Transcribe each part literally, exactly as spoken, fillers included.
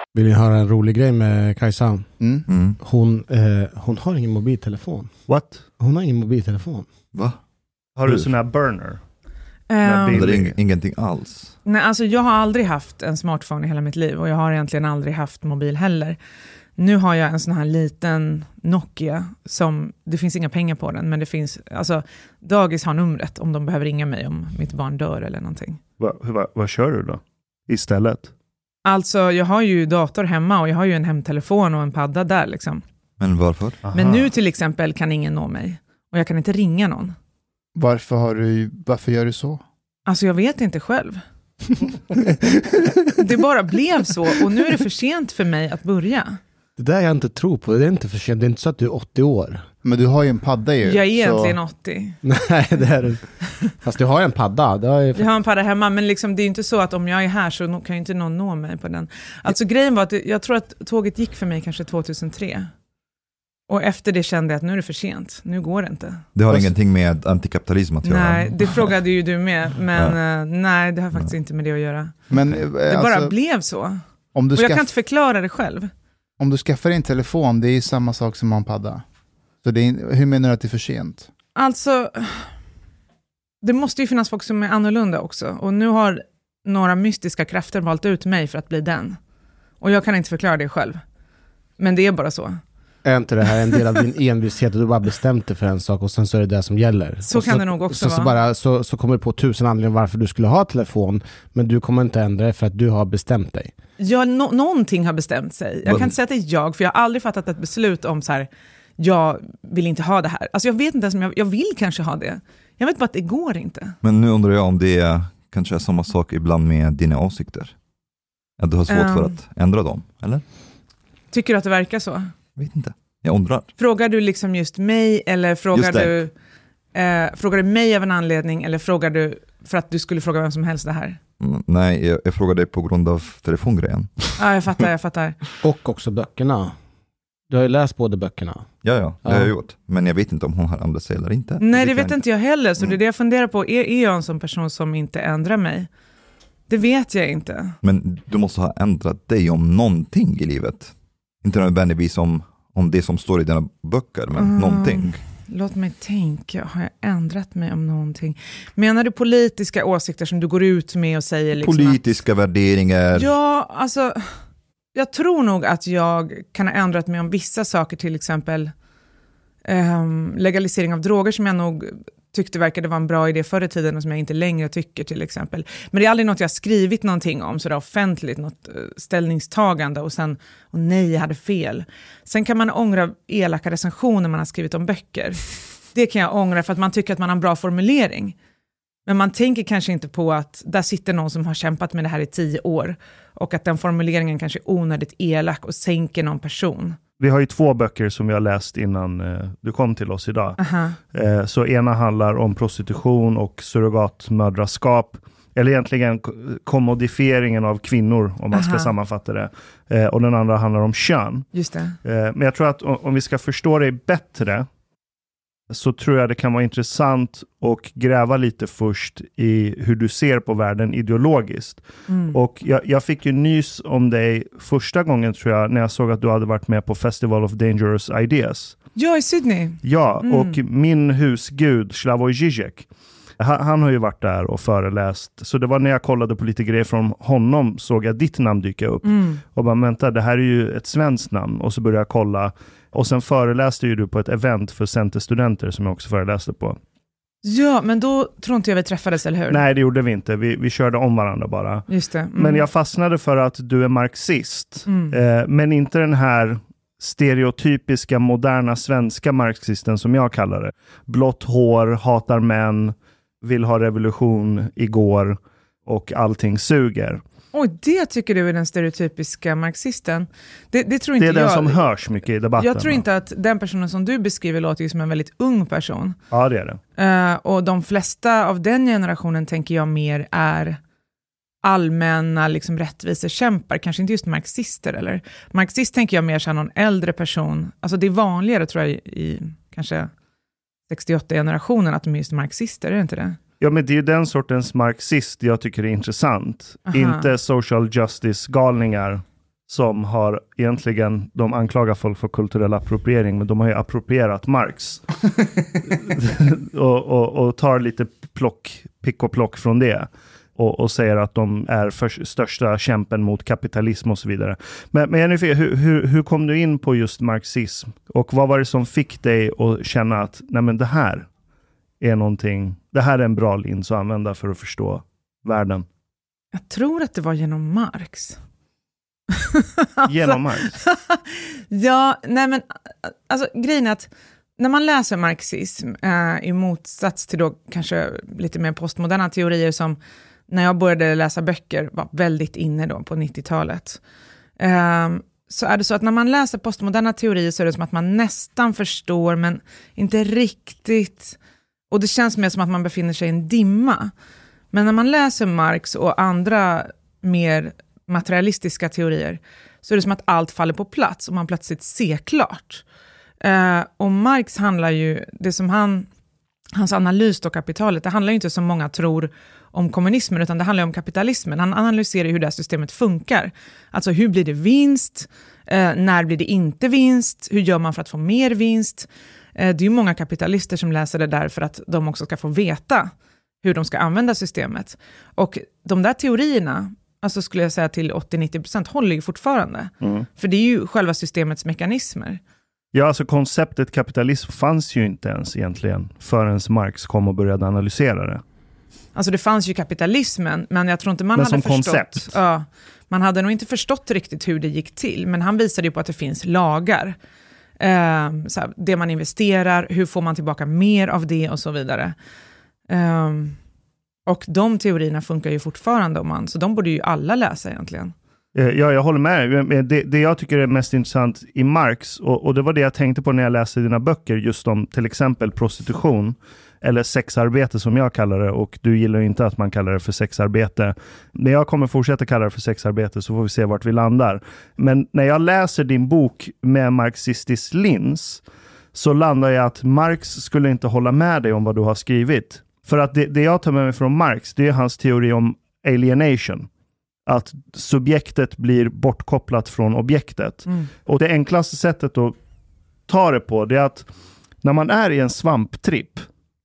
Vill ni höra en rolig grej med Kajsa? Mm. Mm. Hon, eh, hon har ingen mobiltelefon. What? Hon har ingen mobiltelefon. Va? Har Hur? du sån här burner? Um, Det är ing- ingenting alls. nej, alltså jag har aldrig haft en smartphone i hela mitt liv och jag har egentligen aldrig haft mobil heller. Nu har jag en sån här liten Nokia som, det finns inga pengar på den, men det finns, alltså dagis har numret om de behöver ringa mig om mitt barn dör eller någonting. Va, va, vad kör du då? Istället? Alltså jag har ju dator hemma och jag har ju en hemtelefon och en padda där liksom. Men varför? Aha. Men nu till exempel kan ingen nå mig och jag kan inte ringa någon. Varför har du, varför gör du så? Alltså jag vet inte själv. Det bara blev så och nu är det för sent för mig att börja. Det där jag inte tror på. Det är inte för sent. Det är inte så att du är åttio år. Men du har ju en padda ju. Jag är egentligen så... åttio. Nej, det är du. Fast du har en padda. Det har ju... Jag har en padda hemma, men liksom, det är inte så att om jag är här så kan ju inte någon nå mig på den. Alltså grejen var att jag tror att tåget gick för mig kanske tjugohundratre. Och efter det kände jag att nu är det för sent. Nu går det inte. Det har Fast- ingenting med antikapitalism att göra. Nej, det frågade ju du med. Men ja. nej, det har faktiskt inte med det att göra. Men Det eh, bara alltså, blev så. om, du Och jag skaff... kan inte förklara det själv. om du skaffar en telefon, det är ju samma sak som en padda. Så det är... hur menar du att det är för sent? Alltså, det måste ju finnas folk som är annorlunda också. Och nu har några mystiska krafter valt ut mig för att bli den. Och jag kan inte förklara det själv. Men det är bara så. Är inte det här en del av din envishet och du bara bestämt dig för en sak och sen så är det det som gäller? Så och kan så, det nog också så, vara. så, bara, så, så kommer du på tusen anledningar varför du skulle ha telefon, men du kommer inte ändra det för att du har bestämt dig. Ja, no- någonting har bestämt sig. Jag Men- kan inte säga att det är jag, för jag har aldrig fattat ett beslut om så här, jag vill inte ha det här. Alltså jag vet inte ens om jag, jag vill kanske ha det. Jag vet bara att det går inte. Men nu undrar jag om det är, kanske är samma sak ibland med dina åsikter. Att du har svårt Um. för att ändra dem, eller? Tycker du att det verkar så? Jag vet inte. Jag undrar. Frågar du liksom just mig eller frågar Just du eh, frågar du mig av en anledning eller frågar du för att du skulle fråga vem som helst det här? Mm, nej, jag, jag frågar dig på grund av telefongrejen. Ja, jag fattar, jag fattar. Och också böckerna. Du har ju läst båda böckerna. Ja, ja, det Ja. har jag gjort. Men jag vet inte om hon har ändrat sig eller inte. Nej, det jag vet inte jag heller. Så Mm. det är det jag funderar på. Är, är jag en sån person som inte ändrar mig? Det vet jag inte. Men du måste ha ändrat dig om någonting i livet. Inte nödvändigtvis om, om det som står i dina böcker, men Mm. någonting. Låt mig tänka, har jag ändrat mig om någonting? Menar du politiska åsikter som du går ut med och säger liksom Politiska värderingar. att, ja, alltså jag tror nog att jag kan ha ändrat mig om vissa saker, till exempel ehm, legalisering av droger som jag nog tyckte verkade vara en bra idé förr i tiden och som jag inte längre tycker till exempel. Men det är aldrig något jag har skrivit någonting om så det är offentligt, något eh, ställningstagande och sen, och nej jag hade fel. Sen kan man ångra elaka recensioner man har skrivit om böcker. Det kan jag ångra för att man tycker att man har en bra formulering. Men man tänker kanske inte på att där sitter någon som har kämpat med det här i tio år och att den formuleringen kanske är onödigt elak och sänker någon person. Vi har ju två böcker som vi har läst innan eh, du kom till oss idag. Aha. Eh, så ena handlar om prostitution och surrogatmödraskap. Eller egentligen k- kommodifieringen av kvinnor, om man ska Aha. sammanfatta det. Eh, och den andra handlar om kön. Just det. Eh, men jag tror att om, om vi ska förstå dig bättre så tror jag det kan vara intressant att gräva lite först i hur du ser på världen ideologiskt. Mm. Och jag, jag fick ju nys om dig första gången tror jag när jag såg att du hade varit med på Festival of Dangerous Ideas. Ja, i Sydney. Ja, Mm. och min husgud Slavoj Žižek, han, han har ju varit där och föreläst. Så det var när jag kollade på lite grejer från honom såg jag ditt namn dyka upp. Mm. Och bara, vänta, det här är ju ett svenskt namn. Och så började jag kolla. Och sen föreläste ju du på ett event för centerstudenter som jag också föreläste på. Ja, men då tror inte jag vi träffades, eller hur? Nej, det gjorde vi inte. Vi, vi körde om varandra bara. Just det. Mm. Men jag fastnade för att du är marxist. Mm. Eh, men inte den här stereotypiska moderna svenska marxisten som jag kallar det. Blått hår, hatar män, vill ha revolution igår och allting suger. Oj, det tycker du är den stereotypiska marxisten. Det, det tror inte Det är den jag. som hörs mycket i debatten. Jag tror va? inte att den personen som du beskriver låter ju som en väldigt ung person. Ja, det är det. Uh, och de flesta av den generationen tänker jag mer är allmänna liksom, rättvisekämpar. Kanske inte just marxister. Eller? Marxist tänker jag mer som någon äldre person. Alltså det är vanligare tror jag i, i kanske sextioåtta-generationen att de är just marxister, är det inte det? Ja, men det är ju den sortens marxist jag tycker är intressant. Aha. Inte social justice-galningar som har egentligen, de anklagar folk för kulturell appropriering, men de har ju approprierat Marx. och, och, och tar lite plock, pick och plock från det. Och, och säger att de är för, största kämpen mot kapitalism och så vidare. Men, men Jennifer, hur, hur, hur kom du in på just marxism? Och vad var det som fick dig att känna att nej men det här är någonting, det här är en bra lins att använda för att förstå världen? Jag tror att det var genom Marx. alltså, genom Marx? ja, nej men alltså grejen är att när man läser marxism eh, i motsats till då kanske lite mer postmoderna teorier som när jag började läsa böcker var väldigt inne då på nittiotalet. Eh, så är det så att när man läser postmoderna teorier så är det som att man nästan förstår men inte riktigt. Och det känns mer som att man befinner sig i en dimma. Men när man läser Marx och andra mer materialistiska teorier så är det som att allt faller på plats och man plötsligt ser klart. Uh, och Marx handlar ju, det som han, hans analys av kapitalet, det handlar ju inte som många tror om kommunismen utan det handlar om kapitalismen. Han analyserar hur det här systemet funkar. Alltså hur blir det vinst? Uh, när blir det inte vinst? Hur gör man för att få mer vinst? Uh, det är ju många kapitalister som läser det där för att de också ska få veta hur de ska använda systemet. Och de där teorierna, alltså skulle jag säga till åttio till nittio procent håller ju fortfarande. Mm. För det är ju själva systemets mekanismer. Ja, alltså konceptet kapitalism fanns ju inte ens egentligen förrän Marx kom och började analysera det. Alltså det fanns ju kapitalismen, men jag tror inte man men hade som förstått. Koncept. Ja, man hade nog inte förstått riktigt hur det gick till, men han visade ju på att det finns lagar. Eh, så här, det man investerar, hur får man tillbaka mer av det och så vidare. Eh, och de teorierna funkar ju fortfarande om man, så de borde ju alla läsa egentligen. Ja, jag håller med. Det, det jag tycker är mest intressant i Marx, och, och det var det jag tänkte på när jag läste dina böcker, just om till exempel prostitution, eller sexarbete som jag kallar det, och du gillar ju inte att man kallar det för sexarbete. Men jag kommer fortsätta kalla det för sexarbete, så får vi se vart vi landar. Men när jag läser din bok med marxistisk lins, så landar jag att Marx skulle inte hålla med dig om vad du har skrivit. För att det, det jag tar med mig från Marx, det är hans teori om alienation. Att subjektet blir bortkopplat från objektet. Mm. Och det enklaste sättet att ta det på, det är att när man är i en svamptripp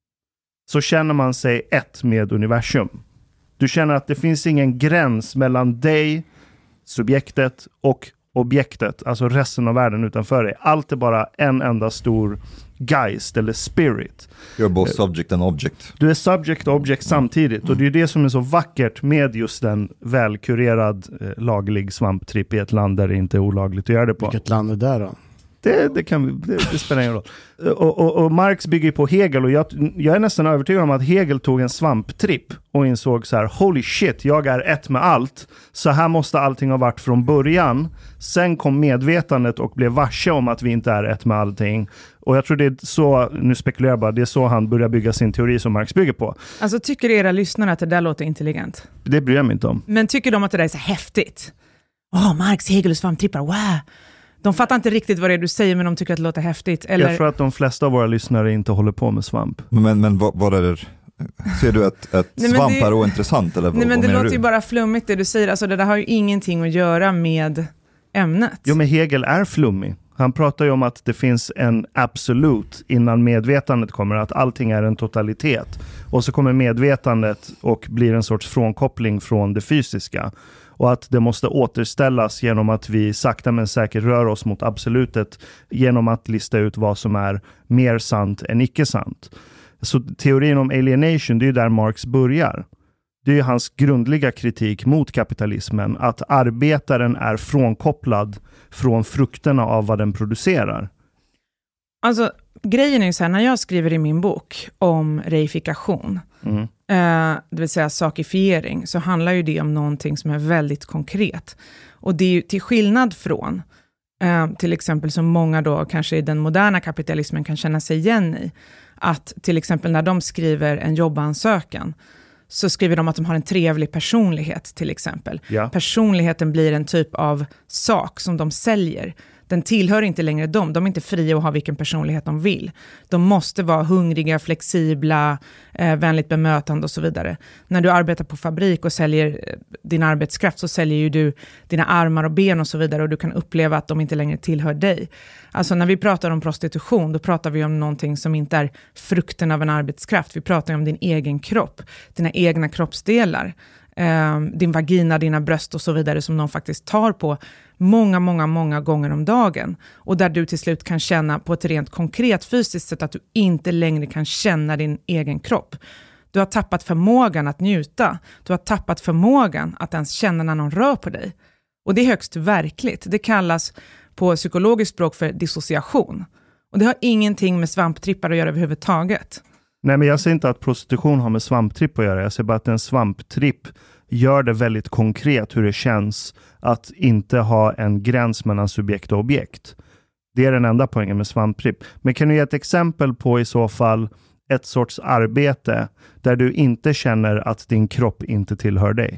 så känner man sig ett med universum. Du känner att det finns ingen gräns mellan dig, subjektet och objektet, alltså resten av världen utanför dig. Allt är bara en enda stor geist eller spirit. You're both subject and object. Du är subject och object samtidigt. Mm. Och det är det som är så vackert med just en välkurerad eh, laglig svamptripp i ett land där det inte är olagligt att göra det på. Vilket land är det då? Det, det, kan vi, det, det spelar ingen roll. Och, och, och Marx bygger på Hegel, och jag, jag är nästan övertygad om att Hegel tog en svamptripp och insåg så här: holy shit, jag är ett med allt. Så här måste allting ha varit från början. Sen kom medvetandet och blev varse om att vi inte är ett med allting. Och jag tror det är så, nu spekulerar jag bara, det är så han börjar bygga sin teori som Marx bygger på. Alltså tycker era lyssnare att det där låter intelligent? Det bryr jag mig inte om. Men tycker de att det där är så häftigt? Åh, oh, Marx, Hegel och svamptrippar, wow! De fattar inte riktigt vad det är du säger, men de tycker att det låter häftigt. Eller... Jag tror att de flesta av våra lyssnare inte håller på med svamp. Men, men vad, vad är det? Ser du att, att nej, svamp det... är ointressant? Eller vad, nej, men vad det låter du? ju bara flummigt det du säger. Alltså det där har ju ingenting att göra med ämnet. Jo, men Hegel är flummig. Han pratar ju om att det finns en absolut innan medvetandet kommer, att allting är en totalitet. Och så kommer medvetandet och blir en sorts frånkoppling från det fysiska. Och att det måste återställas genom att vi sakta men säkert rör oss mot absolutet genom att lista ut vad som är mer sant än icke sant. Så teorin om alienation, det är där Marx börjar. Det är hans grundliga kritik mot kapitalismen, att arbetaren är frånkopplad från frukterna av vad den producerar. Alltså, grejen är ju så här, när jag skriver i min bok om reifikation, mm. eh, det vill säga sakifiering, så handlar ju det om någonting som är väldigt konkret. Och det är ju till skillnad från, eh, till exempel som många då kanske i den moderna kapitalismen kan känna sig igen i, att till exempel när de skriver en jobbansökan, så skriver de att de har en trevlig personlighet till exempel. Ja. Personligheten blir en typ av sak som de säljer. Den tillhör inte längre dem. De är inte fria att ha vilken personlighet de vill. De måste vara hungriga, flexibla, eh, vänligt bemötande och så vidare. När du arbetar på fabrik och säljer din arbetskraft så säljer ju du dina armar och ben och så vidare och du kan uppleva att de inte längre tillhör dig. Alltså när vi pratar om prostitution då pratar vi om någonting som inte är frukten av en arbetskraft. Vi pratar om din egen kropp, dina egna kroppsdelar. Eh, din vagina, dina bröst och så vidare som någon faktiskt tar på många, många, många gånger om dagen. Och där du till slut kan känna på ett rent konkret fysiskt sätt att du inte längre kan känna din egen kropp. Du har tappat förmågan att njuta. Du har tappat förmågan att ens känna när någon rör på dig. Och det är högst verkligt. Det kallas på psykologiskt språk för dissociation. Och det har ingenting med svamptrippar att göra överhuvudtaget. Nej, men jag säger inte att prostitution har med svamptripp att göra. Jag säger bara att en svamptripp gör det väldigt konkret hur det känns att inte ha en gräns mellan subjekt och objekt. Det är den enda poängen med svamptripp. Men kan du ge ett exempel på i så fall ett sorts arbete där du inte känner att din kropp inte tillhör dig?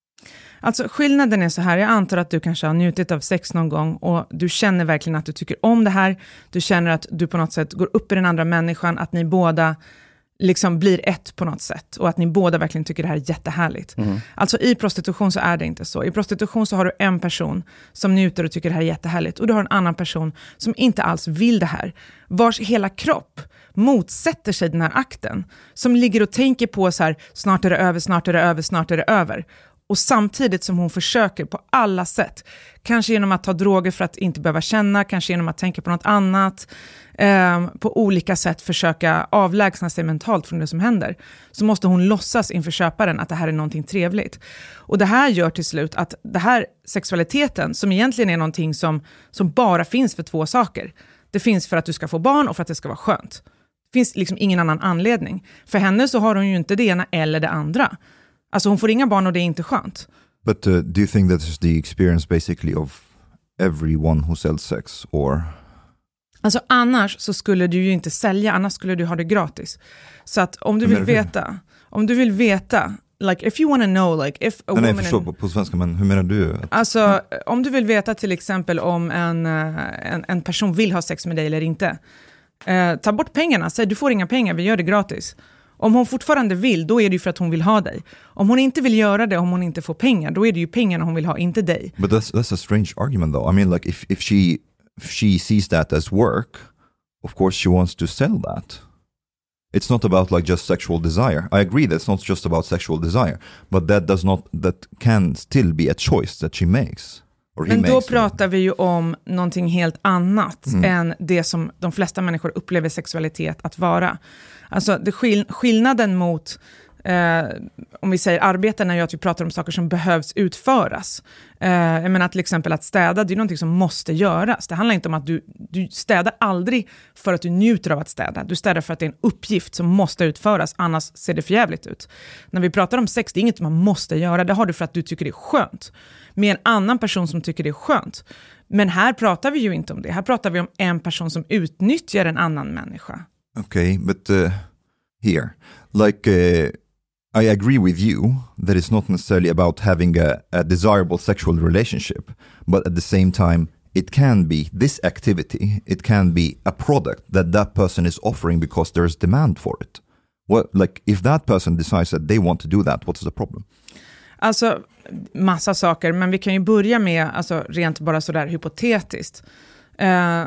Alltså skillnaden är så här, jag antar att du kanske har njutit av sex någon gång och du känner verkligen att du tycker om det här. Du känner att du på något sätt går upp i den andra människan, att ni båda liksom blir ett på något sätt och att ni båda verkligen tycker det här är jättehärligt. Mm. Alltså i prostitution så är det inte så. I prostitution så har du en person som njuter och tycker det här är jättehärligt och du har en annan person som inte alls vill det här. Vars hela kropp motsätter sig den här akten. Som ligger och tänker på så här, snart är det över, snart är det över, snart är det över. Och samtidigt som hon försöker på alla sätt, kanske genom att ta droger för att inte behöva känna, kanske genom att tänka på något annat, eh, på olika sätt försöka avlägsna sig mentalt från det som händer, så måste hon låtsas inför köparen att det här är någonting trevligt. Och det här gör till slut att det här sexualiteten, som egentligen är någonting som, som bara finns för två saker. Det finns för att du ska få barn och för att det ska vara skönt. Det finns liksom ingen annan anledning. För henne så har hon ju inte det ena eller det andra. Alltså hon får inga barn och det är inte skönt. But uh, do you think that is the experience basically of everyone who sells sex or? Alltså annars så skulle du ju inte sälja, annars skulle du ha det gratis. Så att om du vill veta, om du vill veta, like if you want to know like if a nej, woman... Nej, jag förstår på, på svenska, men hur menar du? Att, alltså ja. om du vill veta till exempel om en, en, en person vill ha sex med dig eller inte. Eh, ta bort pengarna, säg du får inga pengar, vi gör det gratis. Om hon fortfarande vill, då är det ju för att hon vill ha dig. Om hon inte vill göra det, om hon inte får pengar, då är det ju pengarna hon vill ha, inte dig. But that's that's a strange argument though. I mean, like if if she if she sees that as work, of course she wants to sell that. It's not about like just sexual desire. I agree that it's not just about sexual desire, but that does not that can still be a choice that she makes. Men då pratar vi ju om någonting helt annat mm. än det som de flesta människor upplever sexualitet att vara. Alltså det skill- skillnaden mot, eh, om vi säger arbeten, är ju att vi pratar om saker som behövs utföras. Eh, jag menar till exempel att städa, det är någonting som måste göras. Det handlar inte om att du, du städar aldrig för att du njuter av att städa. Du städar för att det är en uppgift som måste utföras, annars ser det för jävligt ut. När vi pratar om sex, det är inget man måste göra. Det har du för att du tycker det är skönt. Med en annan person som tycker det är skönt. Men här pratar vi ju inte om det. Här pratar vi om en person som utnyttjar en annan människa. Okay, but uh, here, like uh, I agree with you that it's not necessarily about having a, a desirable sexual relationship, but at the same time, it can be this activity, it can be a product that that person is offering because there is demand for it. Well, like if that person decides that they want to do that, what's the problem? Alltså massa saker, men vi kan ju börja med, alltså rent bara sådär hypotetiskt, eh,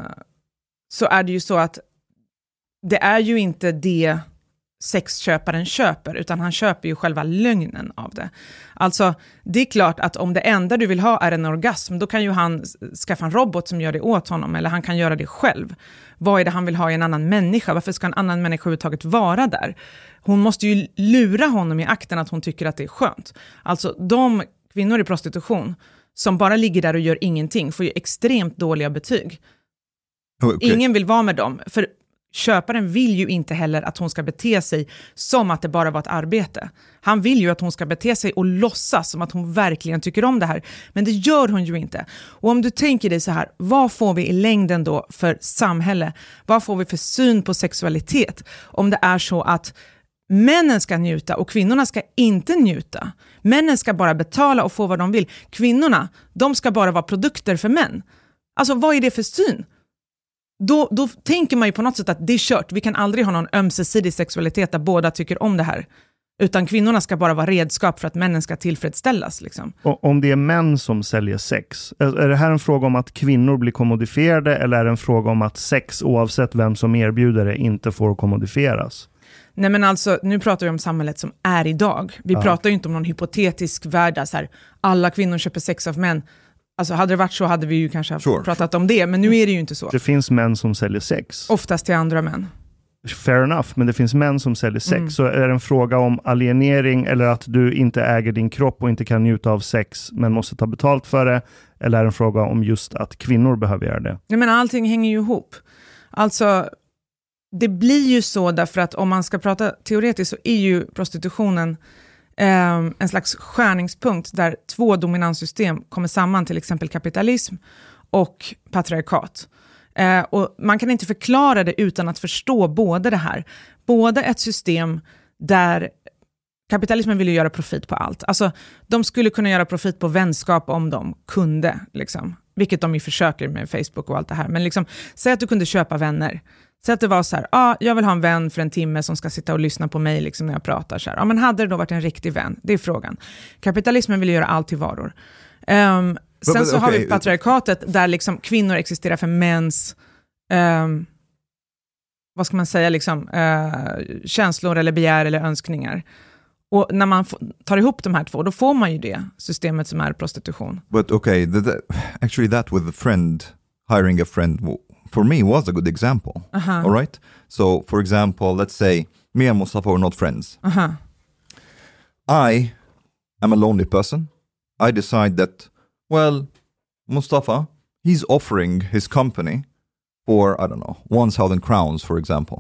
så är det ju så att det är ju inte det sexköparen köper, utan han köper ju själva lögnen av det. Alltså det är klart att om det enda du vill ha är en orgasm, då kan ju han skaffa en robot som gör det åt honom, eller han kan göra det själv. Vad är det han vill ha i en annan människa? Varför ska en annan människa överhuvudtaget vara där? Hon måste ju lura honom i akten att hon tycker att det är skönt. Alltså de kvinnor i prostitution som bara ligger där och gör ingenting får ju extremt dåliga betyg. Okay. Ingen vill vara med dem, för köparen vill ju inte heller att hon ska bete sig som att det bara var ett arbete. Han vill ju att hon ska bete sig och låtsas som att hon verkligen tycker om det här. Men det gör hon ju inte. Och om du tänker dig så här, vad får vi i längden då för samhälle? Vad får vi för syn på sexualitet? Om det är så att männen ska njuta och kvinnorna ska inte njuta. Männen ska bara betala och få vad de vill. Kvinnorna, de ska bara vara produkter för män. Alltså vad är det för syn? Då, då tänker man ju på något sätt att det är kört. Vi kan aldrig ha någon ömsesidig sexualitet där båda tycker om det här. Utan kvinnorna ska bara vara redskap för att männen ska tillfredsställas. Liksom. Och om det är män som säljer sex, är det här en fråga om att kvinnor blir kommodifierade eller är det en fråga om att sex, oavsett vem som erbjuder det, inte får kommodifieras? Nej men alltså, nu pratar vi om samhället som är idag. Vi Ja. pratar ju inte om någon hypotetisk värld där så här, alla kvinnor köper sex av män. Alltså hade det varit så hade vi ju kanske Sure. pratat om det, men nu är det ju inte så. Det finns män som säljer sex. Oftast till andra män. Fair enough, men det finns män som säljer sex. Mm. Så är det en fråga om alienering eller att du inte äger din kropp och inte kan njuta av sex men måste ta betalt för det? Eller är det en fråga om just att kvinnor behöver göra det? Jag menar, allting hänger ju ihop. Alltså, det blir ju så därför att om man ska prata teoretiskt så är ju prostitutionen eh, en slags skärningspunkt där två dominanssystem kommer samman, till exempel kapitalism och patriarkat. Eh, och man kan inte förklara det utan att förstå både det här. Både ett system där kapitalismen vill ju göra profit på allt. Alltså, de skulle kunna göra profit på vänskap om de kunde, liksom. Vilket de ju försöker med Facebook och allt det här. Men liksom, säg att du kunde köpa vänner. Säg att det var så här, ah, jag vill ha en vän för en timme som ska sitta och lyssna på mig liksom, när jag pratar. Så här. Ah, men hade det då varit en riktig vän? Det är frågan. Kapitalismen vill göra allt till varor. Um, sen but, så har okay. vi patriarkatet där liksom kvinnor existerar för mäns um, vad ska man säga, liksom, uh, känslor eller begär eller önskningar. Och när man f- tar ihop de här två, då får man ju det systemet som är prostitution. But okay, the, the, actually that with a friend, hiring a friend, w- for me was a good example. Uh-huh. All right? So, for example, let's say me and Mustafa are not friends. Uh-huh. I am a lonely person. I decide that, well, Mustafa, he's offering his company for, I don't know, one thousand crowns, for example.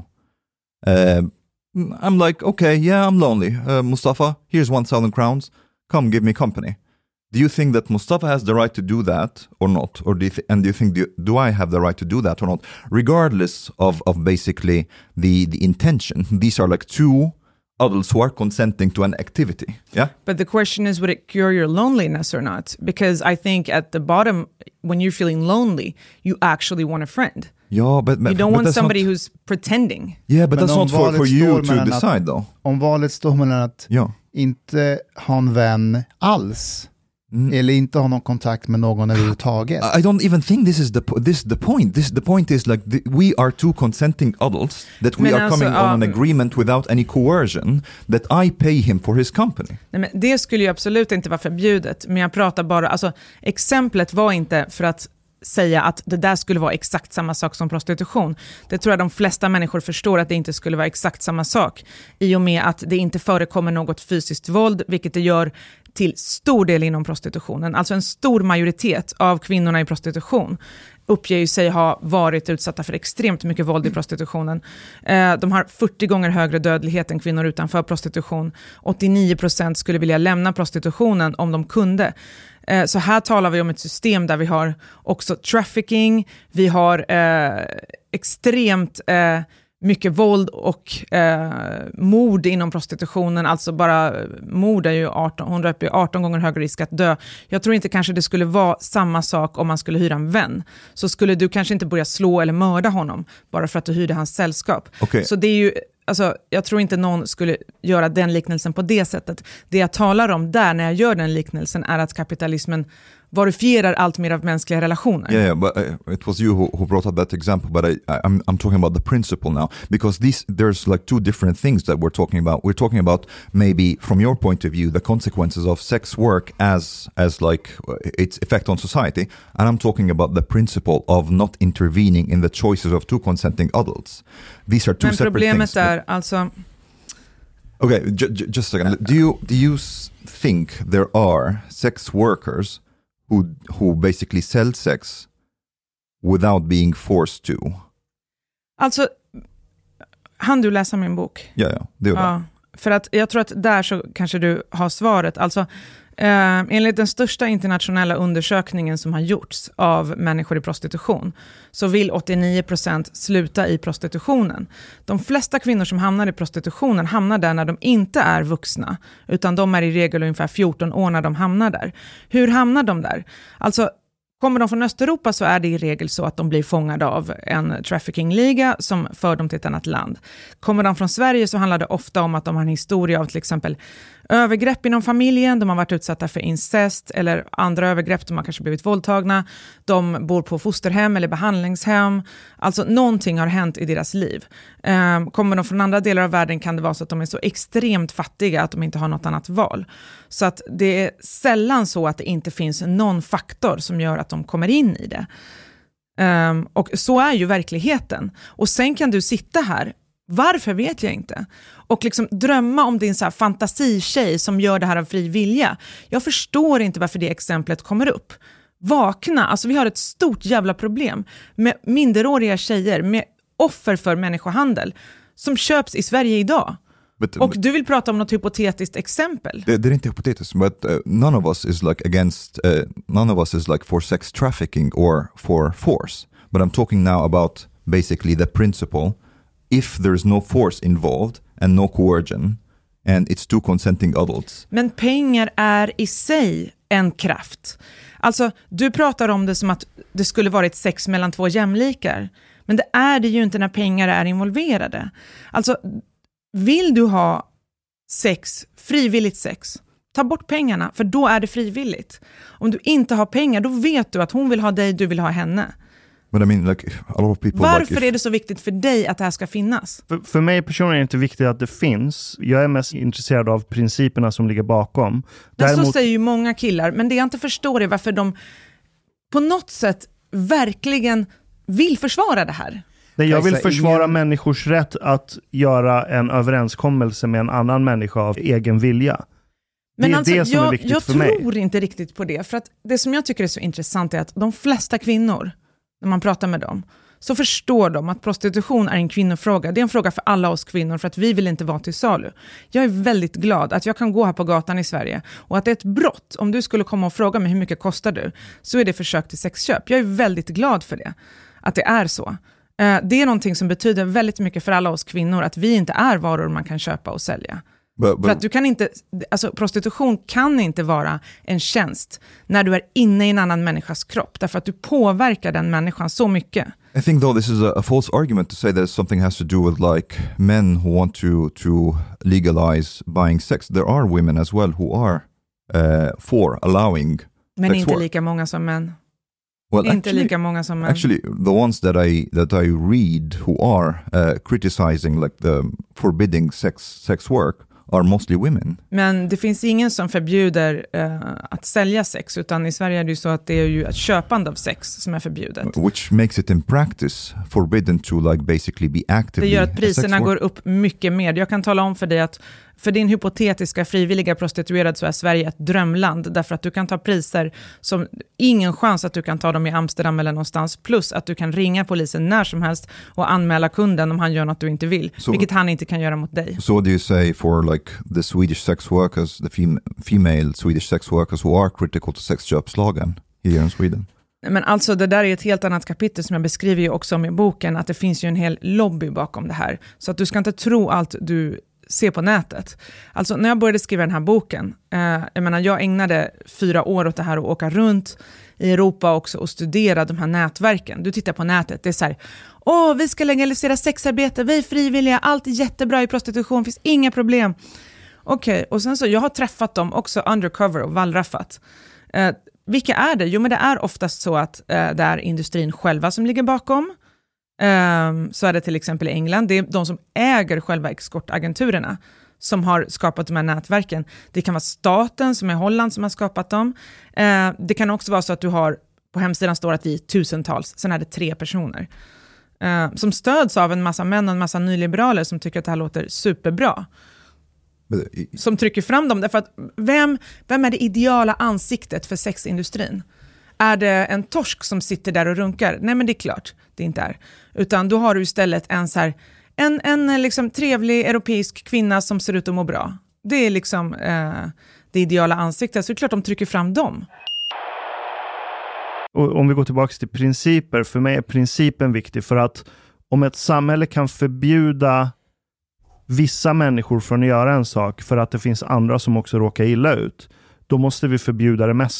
Uh, I'm like, okay, yeah, I'm lonely. Uh, Mustafa, here's one thousand crowns. Come, give me company. Do you think that Mustafa has the right to do that or not? Or do you th- and do you think, do, do I have the right to do that or not? Regardless of, of basically the, the intention, these are like two adults who are consenting to an activity. Yeah? But the question is, would it cure your loneliness or not? Because I think at the bottom, when you're feeling lonely, you actually want a friend. Yeah, but, You don't but want that's somebody not, who's pretending. Yeah, but Men that's om not for, valet for you står to mellan decide att- though. Om valet står mellan att Ja. inte ha en vän alls Mm. eller inte ha någon kontakt med någon överhuvudtaget. I don't even think this is the po- this the point. This the point is like the, we are two consenting adults that we Men are alltså, coming on an ja. agreement without any coercion that I pay him for his company. Nej, men det skulle ju absolut inte vara förbjudet, men jag pratar bara, alltså exemplet var inte för att säga att det där skulle vara exakt samma sak som prostitution. Det tror jag de flesta människor förstår att det inte skulle vara exakt samma sak, i och med att det inte förekommer något fysiskt våld, vilket det gör till stor del inom prostitutionen. Alltså en stor majoritet av kvinnorna i prostitution uppger ju sig ha varit utsatta för extremt mycket våld i prostitutionen. Eh, de har fyrtio gånger högre dödlighet än kvinnor utanför prostitution. åttionio procent skulle vilja lämna prostitutionen om de kunde. Eh, så här talar vi om ett system där vi har också trafficking, vi har eh, extremt eh, mycket våld och eh, mord inom prostitutionen. Alltså bara mord är ju arton, hon röper ju arton gånger högre risk att dö. Jag tror inte kanske det skulle vara samma sak om man skulle hyra en vän. Så skulle du kanske inte börja slå eller mörda honom bara för att du hyrde hans sällskap. Okay. Så det är ju, alltså, jag tror inte någon skulle göra den liknelsen på det sättet. Det jag talar om där när jag gör den liknelsen är att kapitalismen varifierar allt mer av mänskliga relationer. Yeah, yeah, but uh, it was you who, who brought up that example. But I, I, I'm I'm talking about the principle now, because these there's like two different things that we're talking about. We're talking about maybe from your point of view the consequences of sex work as as like uh, its effect on society, and I'm talking about the principle of not intervening in the choices of two consenting adults. These are two Men separate problemet things. är alltså... Okay, ju- ju- just a second. Do you do you s- think there are sex workers who who basically sell sex without being forced to? Alltså, hann du läsa min bok? Ja, ja, det är det. Ja, för att jag tror att där så kanske du har svaret. Alltså, eh, enligt den största internationella undersökningen som har gjorts av människor i prostitution så vill åttionio procent sluta i prostitutionen. De flesta kvinnor som hamnar i prostitutionen hamnar där när de inte är vuxna, utan de är i regel ungefär fjorton år när de hamnar där. Hur hamnar de där? Alltså, Kommer de från Östeuropa så är det i regel så att de blir fångade av en trafficking-liga som för dem till ett annat land. Kommer de från Sverige så handlar det ofta om att de har en historia av till exempel övergrepp inom familjen, de har varit utsatta för incest eller andra övergrepp, de har kanske blivit våldtagna, de bor på fosterhem eller behandlingshem, alltså någonting har hänt i deras liv. Um, kommer de från andra delar av världen kan det vara så att de är så extremt fattiga att de inte har något annat val. Så att det är sällan så att det inte finns någon faktor som gör att de kommer in i det. Um, och så är ju verkligheten. Och sen kan du sitta här, varför vet jag inte, och liksom drömma om din så här fantasitjej som gör det här av fri vilja. Jag förstår inte varför det exemplet kommer upp. Vakna, alltså vi har ett stort jävla problem med minderåriga tjejer, med offer för människohandel som köps i Sverige idag. But, och du vill prata om något hypotetiskt exempel. Det, det är inte hypotetiskt, but uh, none of us is like against, uh, none of us is like for sex trafficking or for force. But I'm talking now about basically the principle. If there's no force involved and no coercion and it's two consenting adults. Men pengar är i sig en kraft. Alltså, du pratar om det som att det skulle vara ett sex mellan två jämlikar. Men det är det ju inte när pengar är involverade. Alltså, vill du ha sex, frivilligt sex, ta bort pengarna, för då är det frivilligt. Om du inte har pengar, då vet du att hon vill ha dig, du vill ha henne. But I mean, like, a lot of people, Varför like if... är det så viktigt för dig att det här ska finnas? För, för mig personligen är det inte viktigt att det finns. Jag är mest intresserad av principerna som ligger bakom. Men Däremot... så säger ju många killar. Men det jag inte förstår är varför de på något sätt verkligen vill försvara det här. Nej, jag vill försvara ingen... människors rätt att göra en överenskommelse med en annan människa av egen vilja. Men det är alltså, det som jag, är viktigt jag för mig. Jag tror inte riktigt på det. För att det som jag tycker är så intressant är att de flesta kvinnor, när man pratar med dem, så förstår de att prostitution är en kvinnofråga. Det är en fråga för alla oss kvinnor, för att vi vill inte vara till salu. Jag är väldigt glad att jag kan gå här på gatan i Sverige och att det är ett brott. Om du skulle komma och fråga mig hur mycket kostar du, så är det försök till sexköp. Jag är väldigt glad för det, att det är så. Det är någonting som betyder väldigt mycket för alla oss kvinnor, att vi inte är varor man kan köpa och sälja. But, but... För att du kan inte, alltså prostitution kan inte vara en tjänst när du är inne i en annan människas kropp, därför att du påverkar den människan så mycket. I think though this is a, a false argument to say that something has to do with like men who want to to legalize buying sex. There are women as well who are uh, for allowing Men sex inte work. lika många som män. Well, inte actually, lika många som män. Actually, the ones that I that I read who are uh, criticizing like the forbidding sex sex work are mostly women. Men det finns ingen som förbjuder uh, att sälja sex, utan i Sverige är det ju så att det är ju ett köpande av sex som är förbjudet. Which makes it in practice forbidden to like basically be actively. Det gör att priserna går upp mycket mer. Jag kan tala om för dig att för din hypotetiska frivilliga prostituerad så är Sverige ett drömland, därför att du kan ta priser som ingen chans att du kan ta dem i Amsterdam eller någonstans, plus att du kan ringa polisen när som helst och anmäla kunden om han gör något du inte vill, so, vilket han inte kan göra mot dig. So do you say for like the Swedish sex workers, the fem- female Swedish sex workers who are critical to sexköpslagen here in Sweden? Men alltså det där är ett helt annat kapitel som jag beskriver ju också om i boken, att det finns ju en hel lobby bakom det här. Så att du ska inte tro allt du ser på nätet. Alltså när jag började skriva den här boken, eh, jag menar jag ägnade fyra år åt det här och åka runt i Europa också och studera de här nätverken. Du tittar på nätet, det är så här, åh vi ska legalisera sexarbete, vi är frivilliga, allt är jättebra i prostitution, finns inga problem. Okej, okay, och sen så, jag har träffat dem också undercover och wallraffat. Eh, vilka är det? Jo men det är oftast så att eh, det är industrin själva som ligger bakom. Um, så är det till exempel i England. Det är de som äger själva exportagenturerna som har skapat de här nätverken. Det kan vara staten som är Holland som har skapat dem. Uh, det kan också vara så att du har, på hemsidan står att vi är tusentals, sen är det tre personer. Uh, som stöds av en massa män och en massa nyliberaler som tycker att det här låter superbra. Som trycker fram dem. Därför att vem, vem är det ideala ansiktet för sexindustrin? Är det en torsk som sitter där och runkar? Nej men det är klart, det inte är. Utan då har du istället en, så här, en, en liksom trevlig europeisk kvinna som ser ut att må bra. Det är liksom eh, det ideala ansiktet, så det är klart de trycker fram dem. Och om vi går tillbaka till principer, för mig är principen viktig, för att om ett samhälle kan förbjuda vissa människor från att göra en sak för att det finns andra som också råkar illa ut, då måste vi förbjuda det mesta.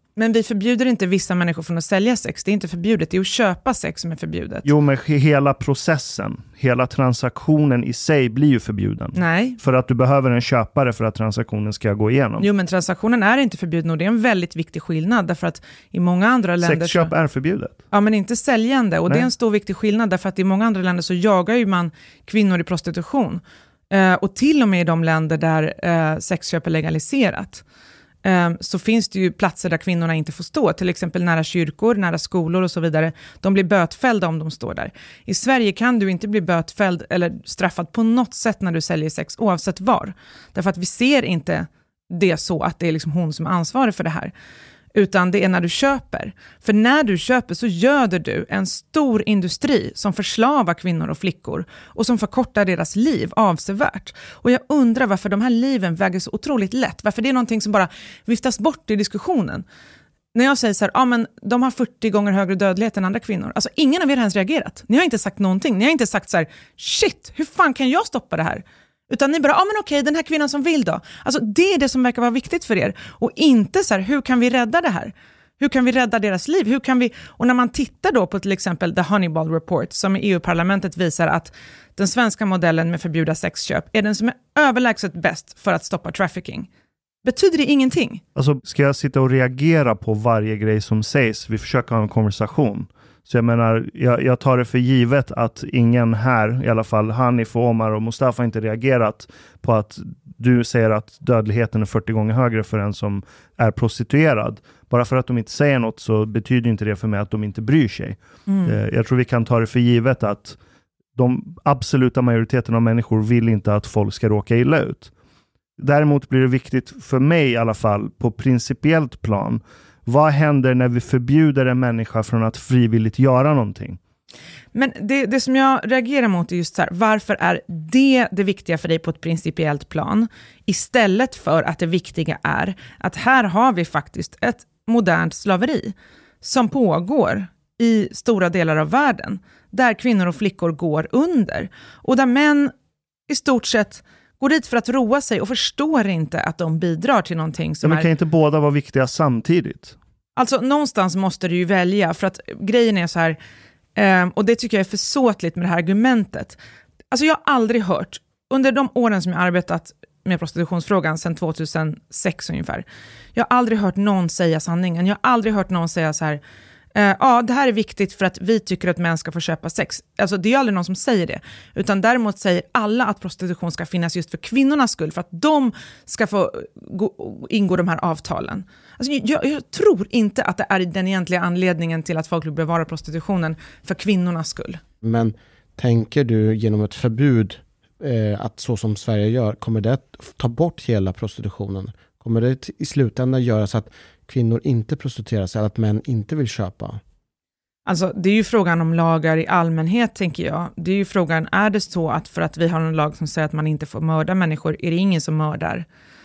Men vi förbjuder inte vissa människor från att sälja sex. Det är inte förbjudet. Det är att köpa sex som är förbjudet. Jo, men hela processen, hela transaktionen i sig blir ju förbjuden. Nej. För att du behöver en köpare för att transaktionen ska gå igenom. Jo, men transaktionen är inte förbjuden och det är en väldigt viktig skillnad. Därför att i många andra länder... Sexköp så... är förbjudet. Ja, men inte säljande. Och Nej. det är en stor viktig skillnad. Därför att i många andra länder så jagar ju man kvinnor i prostitution. Uh, och till och med i de länder där uh, sexköp är legaliserat. Um, så finns det ju platser där kvinnorna inte får stå, till exempel nära kyrkor, nära skolor och så vidare. De blir bötfällda om de står där. I Sverige kan du inte bli bötfälld eller straffad på något sätt när du säljer sex, oavsett var. Därför att vi ser inte det så att det är liksom hon som är ansvarig för det här. Utan det är när du köper. För när du köper så göder du en stor industri som förslavar kvinnor och flickor och som förkortar deras liv avsevärt. Och jag undrar varför de här liven väger så otroligt lätt. Varför det är någonting som bara viftas bort i diskussionen. När jag säger så här, ja men de har fyrtio gånger högre dödlighet än andra kvinnor. Alltså ingen av er har ens reagerat. Ni har inte sagt någonting. Ni har inte sagt så här, shit, hur fan kan jag stoppa det här? Utan ni bara, ja men okej, den här kvinnan som vill då. Alltså det är det som verkar vara viktigt för er. Och inte så här, hur kan vi rädda det här? Hur kan vi rädda deras liv? Hur kan vi... Och när man tittar då på till exempel The Honeyball Report som i E U-parlamentet visar att den svenska modellen med förbjuda sexköp är den som är överlägset bäst för att stoppa trafficking. Betyder det ingenting? Alltså, ska jag sitta och reagera på varje grej som sägs? Vi försöker ha en konversation. Så jag menar, jag, jag tar det för givet att ingen här, i alla fall Hanif, Omar och Mustafa, inte reagerat på att du säger att dödligheten är fyrtio gånger högre för en som är prostituerad. Bara för att de inte säger något så betyder inte det för mig att de inte bryr sig. Mm. Jag tror vi kan ta det för givet att de absoluta majoriteten av människor vill inte att folk ska råka illa ut. Däremot blir det viktigt för mig i alla fall på principiellt plan. Vad händer när vi förbjuder en människa från att frivilligt göra någonting? Men det, det som jag reagerar mot är just så här, varför är det det viktiga för dig på ett principiellt plan? Istället för att det viktiga är att här har vi faktiskt ett modernt slaveri som pågår i stora delar av världen. Där kvinnor och flickor går under. Och där män i stort sett går dit för att roa sig och förstår inte att de bidrar till någonting som ja, men är... kan inte båda vara viktiga samtidigt? Alltså någonstans måste du ju välja, för att grejen är så här, eh, och det tycker jag är försåtligt med det här argumentet. Alltså jag har aldrig hört, under de åren som jag arbetat med prostitutionsfrågan sedan tjugohundrasex ungefär, jag har aldrig hört någon säga sanningen. Jag har aldrig hört någon säga så här, Uh, ja, det här är viktigt för att vi tycker att män ska få köpa sex. Alltså det är aldrig någon som säger det. Utan däremot säger alla att prostitution ska finnas just för kvinnornas skull. För att de ska få gå, ingå de här avtalen. Alltså jag, jag tror inte att det är den egentliga anledningen till att folk vill bevara prostitutionen för kvinnornas skull. Men tänker du genom ett förbud eh, att så som Sverige gör, kommer det att ta bort hela prostitutionen? Kommer det i slutändan göra så att kvinnor inte prostituerar sig, eller att män inte vill köpa? Alltså det är ju frågan om lagar i allmänhet, tänker jag. Det är ju frågan, är det så att för att vi har en lag som säger att man inte får mörda människor, är det ingen som mördar?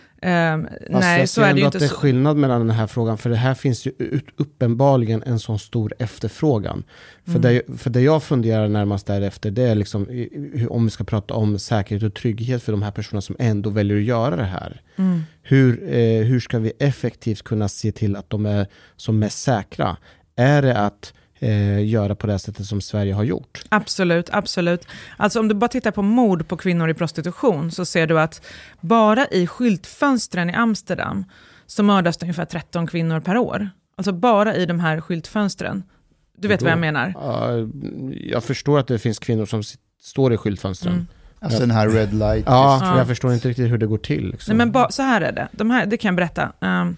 Um, nej, så är det ju inte. Det är så. Skillnad mellan den här frågan, för det här finns ju uppenbarligen en sån stor efterfrågan. För, mm. det, för det jag funderar närmast därefter, det är liksom hur, om vi ska prata om säkerhet och trygghet för de här personerna som ändå väljer att göra det här. Mm. Hur, eh, hur ska vi effektivt kunna se till att de är som mest säkra? Är det att Eh, göra på det sättet som Sverige har gjort? Absolut, absolut. Alltså om du bara tittar på mord på kvinnor i prostitution så ser du att bara i skyltfönstren i Amsterdam så mördas det ungefär tretton kvinnor per år. Alltså bara i de här skyltfönstren. Du vet Då, vad jag menar? Uh, jag förstår att det finns kvinnor som sit- står i skyltfönstren. Mm. Alltså den här red light. Ja, ja, jag förstår inte riktigt hur det går till. Liksom. Nej, men ba- så här är det. De här, det kan jag berätta. Um,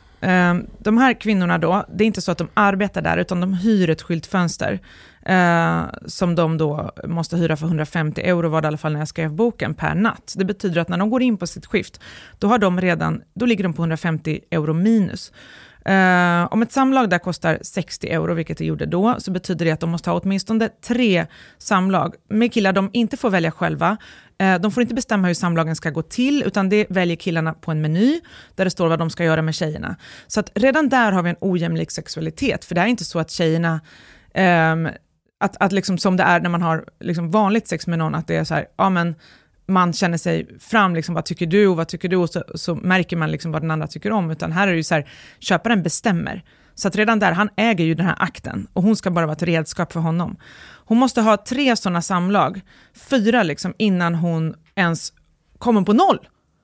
Um, de här kvinnorna då, det är inte så att de arbetar där utan de hyr ett skyltfönster uh, som de då måste hyra för hundrafemtio euro var det i alla fall när jag skrev boken per natt. Det betyder att när de går in på sitt skift då har de redan, då ligger de på hundrafemtio euro minus. Uh, om ett samlag där kostar sextio euro, vilket det gjorde då, så betyder det att de måste ha åtminstone tre samlag med killar de inte får välja själva. Uh, de får inte bestämma hur samlagen ska gå till, utan det väljer killarna på en meny där det står vad de ska göra med tjejerna. Så att redan där har vi en ojämlik sexualitet, för det är inte så att tjejerna um, att, att liksom som det är när man har liksom vanligt sex med någon, att det är så här, ja men man känner sig fram, liksom, vad tycker du och vad tycker du, och så, så märker man liksom vad den andra tycker om, utan här är det ju så här, köparen bestämmer. Så att redan där, han äger ju den här akten och hon ska bara vara ett redskap för honom. Hon måste ha tre sådana samlag, fyra liksom, innan hon ens kommer på noll.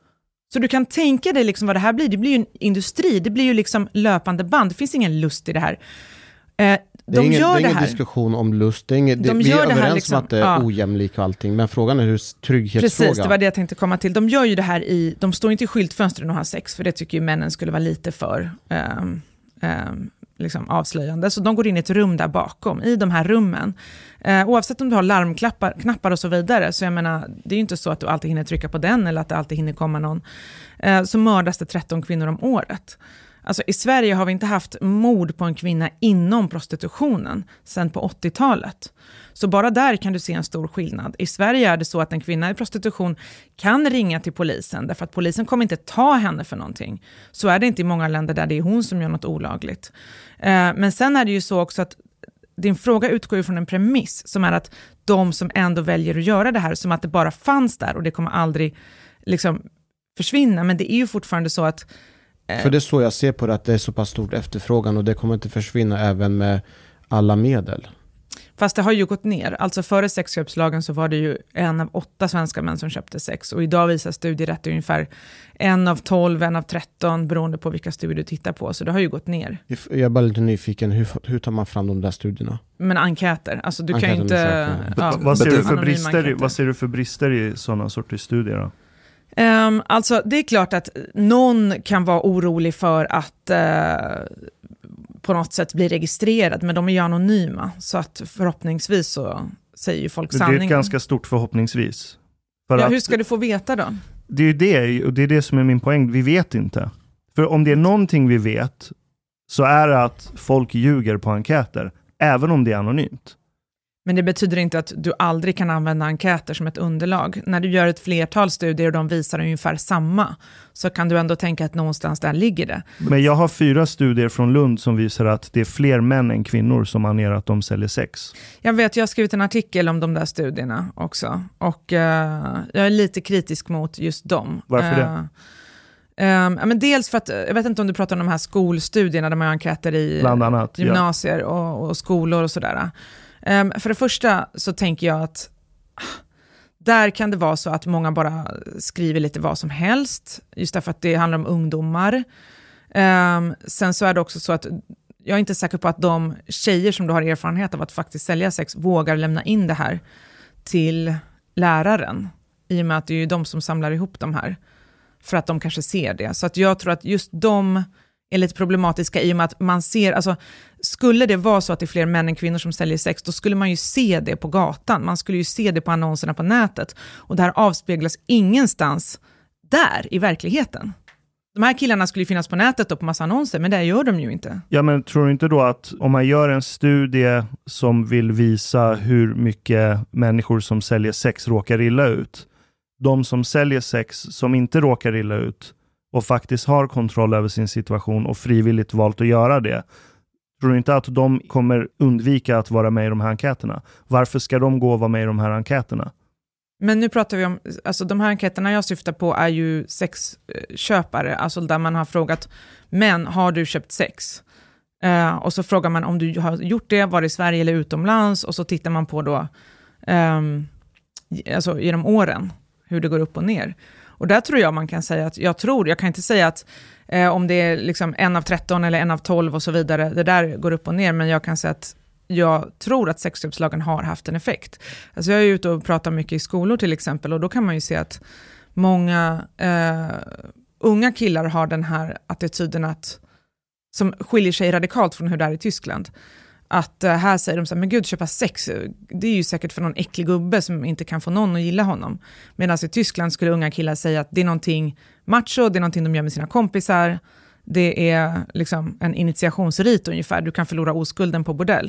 Så du kan tänka dig liksom vad det här blir. Det blir ju en industri, det blir ju liksom löpande band. Det finns ingen lust i det här. Eh, det är de ingen, gör det är ingen det här. diskussion om lust. Det är ingen, det, De vi är gör det här överens liksom, om att det är ja. ojämlik och allting. Men frågan är hur trygghetsfrågan. Precis, det var det jag tänkte komma till. De gör ju det här i, de står inte i skyltfönstren och har sex, för det tycker ju männen skulle vara lite för um, um, liksom avslöjande. Så de går in i ett rum där bakom, i de här rummen. Uh, oavsett om du har larmknappar knappar och så vidare, så jag menar, det är ju inte så att du alltid hinner trycka på den eller att det alltid hinner komma någon. Uh, så mördas det tretton kvinnor om året. Alltså i Sverige har vi inte haft mord på en kvinna inom prostitutionen sedan på åttiotalet. Så bara där kan du se en stor skillnad. I Sverige är det så att en kvinna i prostitution kan ringa till polisen därför att polisen kommer inte ta henne för någonting. Så är det inte i många länder där det är hon som gör något olagligt. Eh, men sen är det ju så också att din fråga utgår ju från en premiss som är att de som ändå väljer att göra det här, som att det bara fanns där och det kommer aldrig liksom försvinna. Men det är ju fortfarande så att För det är så jag ser på det, att det är så pass stort efterfrågan och det kommer inte försvinna även med alla medel. Fast det har ju gått ner. Alltså före sexköpslagen så var det ju en av åtta svenska män som köpte sex. Och idag visar studier att det är ungefär en av tolv, en av tretton beroende på vilka studier du tittar på. Så det har ju gått ner. Jag är bara lite nyfiken, hur, hur tar man fram de där studierna? Men enkäter, alltså du Enkäter kan ju inte... Ja, vad, ser du för brister, vad ser du för brister i sådana sorters studier då? Um, alltså det är klart att någon kan vara orolig för att uh, på något sätt bli registrerad, men de är ju anonyma, så att förhoppningsvis så säger ju folk sanningen. Det är ett ganska stort förhoppningsvis. För ja, att, hur ska du få veta då? Det är ju det, och det är det som är min poäng, vi vet inte. För om det är någonting vi vet så är det att folk ljuger på enkäter, även om det är anonymt. Men det betyder inte att du aldrig kan använda enkäter som ett underlag. När du gör ett flertal studier och de visar ungefär samma, så kan du ändå tänka att någonstans där ligger det. Men jag har fyra studier från Lund som visar att det är fler män än kvinnor som anger att de säljer sex. Jag vet, jag har skrivit en artikel om de där studierna också. Och uh, jag är lite kritisk mot just dem. Varför det? Uh, Um, men dels för att, jag vet inte om du pratar om de här skolstudierna där man har enkäter i Bland annat, gymnasier ja. och, och skolor och sådär. Um, för det första så tänker jag att där kan det vara så att många bara skriver lite vad som helst, just därför att det handlar om ungdomar. Um, sen så är det också så att jag är inte säker på att de tjejer som du har erfarenhet av att faktiskt sälja sex vågar lämna in det här till läraren, i och med att det är ju de som samlar ihop de här. För att de kanske ser det. Så att jag tror att just de är lite problematiska i och med att man ser, alltså skulle det vara så att det är fler män än kvinnor som säljer sex, då skulle man ju se det på gatan. Man skulle ju se det på annonserna på nätet. Och det här avspeglas ingenstans där i verkligheten. De här killarna skulle ju finnas på nätet och på massa annonser, men det gör de ju inte. Ja, men tror du inte då att om man gör en studie som vill visa hur mycket människor som säljer sex råkar illa ut, de som säljer sex som inte råkar illa ut och faktiskt har kontroll över sin situation och frivilligt valt att göra det, tror du inte att de kommer undvika att vara med i de här enkäterna? Varför ska de gå och vara med i de här enkäterna? Men nu pratar vi om, alltså de här enkäterna jag syftar på är ju sexköpare, alltså där man har frågat, men har du köpt sex? Uh, och så frågar man om du har gjort det, var det i Sverige eller utomlands, och så tittar man på då um, alltså genom åren hur det går upp och ner. Och där tror jag man kan säga att, jag tror, jag kan inte säga att eh, om det är liksom en av tretton eller en av tolv och så vidare, det där går upp och ner, men jag kan säga att jag tror att sexköpslagen har haft en effekt. Alltså jag är ute och pratar mycket i skolor till exempel, och då kan man ju se att många eh, unga killar har den här attityden att, som skiljer sig radikalt från hur det är i Tyskland. Att uh, här säger de så här, men gud, köpa sex, det är ju säkert för någon äcklig gubbe som inte kan få någon att gilla honom. Medan i Tyskland skulle unga killar säga att det är någonting macho, det är någonting de gör med sina kompisar. Det är liksom en initiationsrit ungefär, du kan förlora oskulden på bordell.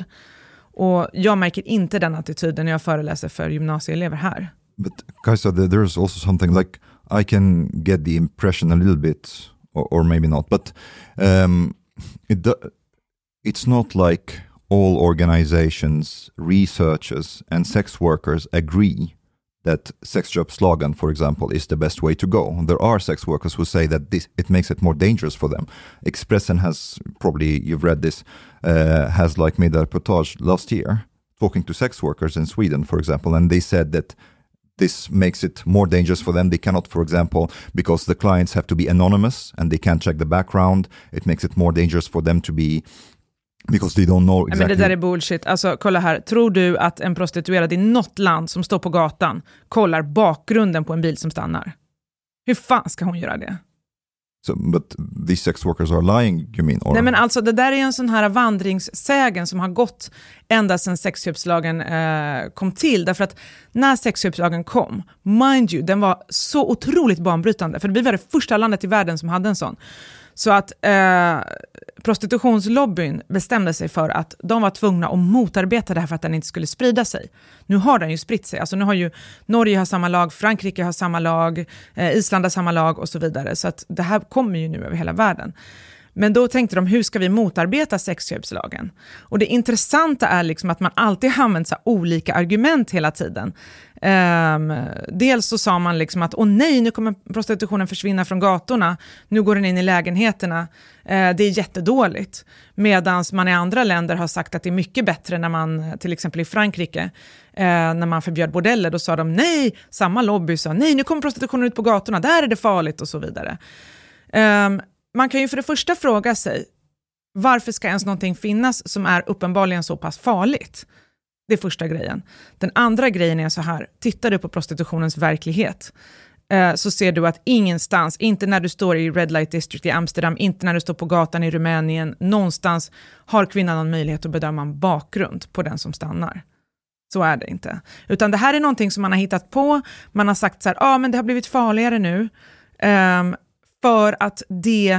Och jag märker inte den attityden när jag föreläser för gymnasieelever här. But Kajsa, there's also something like, I can get the impression a little bit, or, or maybe not, but um, it do, it's not like all organizations, researchers and sex workers agree that sexköpslagen, for example, is the best way to go. There are sex workers who say that this it makes it more dangerous for them. Expressen has, probably you've read this, uh, has like made a reportage last year talking to sex workers in Sweden, for example, and they said that this makes it more dangerous for them. They cannot, for example, because the clients have to be anonymous and they can't check the background, it makes it more dangerous for them to be, because they don't know exactly. Men det där är bullshit. Alltså, kolla här. Tror du att en prostituerad i något land som står på gatan kollar bakgrunden på en bil som stannar? Hur fan ska hon göra det? So, but these sex workers are lying, you mean? Or? Nej, men alltså det där är en sån här vandringssägen som har gått ända sedan sexköpslagen eh, kom till. Därför att när sexköpslagen kom, mind you, den var så otroligt banbrytande. För vi var det första landet i världen som hade en sån. Så att eh, prostitutionslobbyn bestämde sig för att de var tvungna att motarbeta det här för att den inte skulle sprida sig. Nu har den ju spritt sig. Alltså nu har ju Norge har samma lag, Frankrike har samma lag, eh, Island har samma lag och så vidare. Så att det här kommer ju nu över hela världen. Men då tänkte de, hur ska vi motarbeta sexköpslagen? Och det intressanta är liksom att man alltid har använt så olika argument hela tiden. Um, dels så sa man liksom att åh nej, nu kommer prostitutionen försvinna från gatorna. Nu går den in i lägenheterna. Uh, det är jättedåligt. Medan man i andra länder har sagt att det är mycket bättre när man, till exempel i Frankrike, uh, när man förbjöd bordeller, då sa de nej, samma lobby sa nej, nu kommer prostitutionen ut på gatorna, där är det farligt och så vidare. Um, Man kan ju för det första fråga sig, varför ska ens någonting finnas som är uppenbarligen så pass farligt? Det är första grejen. Den andra grejen är så här, tittar du på prostitutionens verklighet eh, så ser du att ingenstans, inte när du står i Red Light District i Amsterdam, inte när du står på gatan i Rumänien, någonstans har kvinnan någon möjlighet att bedöma en bakgrund på den som stannar. Så är det inte. Utan det här är någonting som man har hittat på, man har sagt så här, ja ah, men det har blivit farligare nu. Um, För att det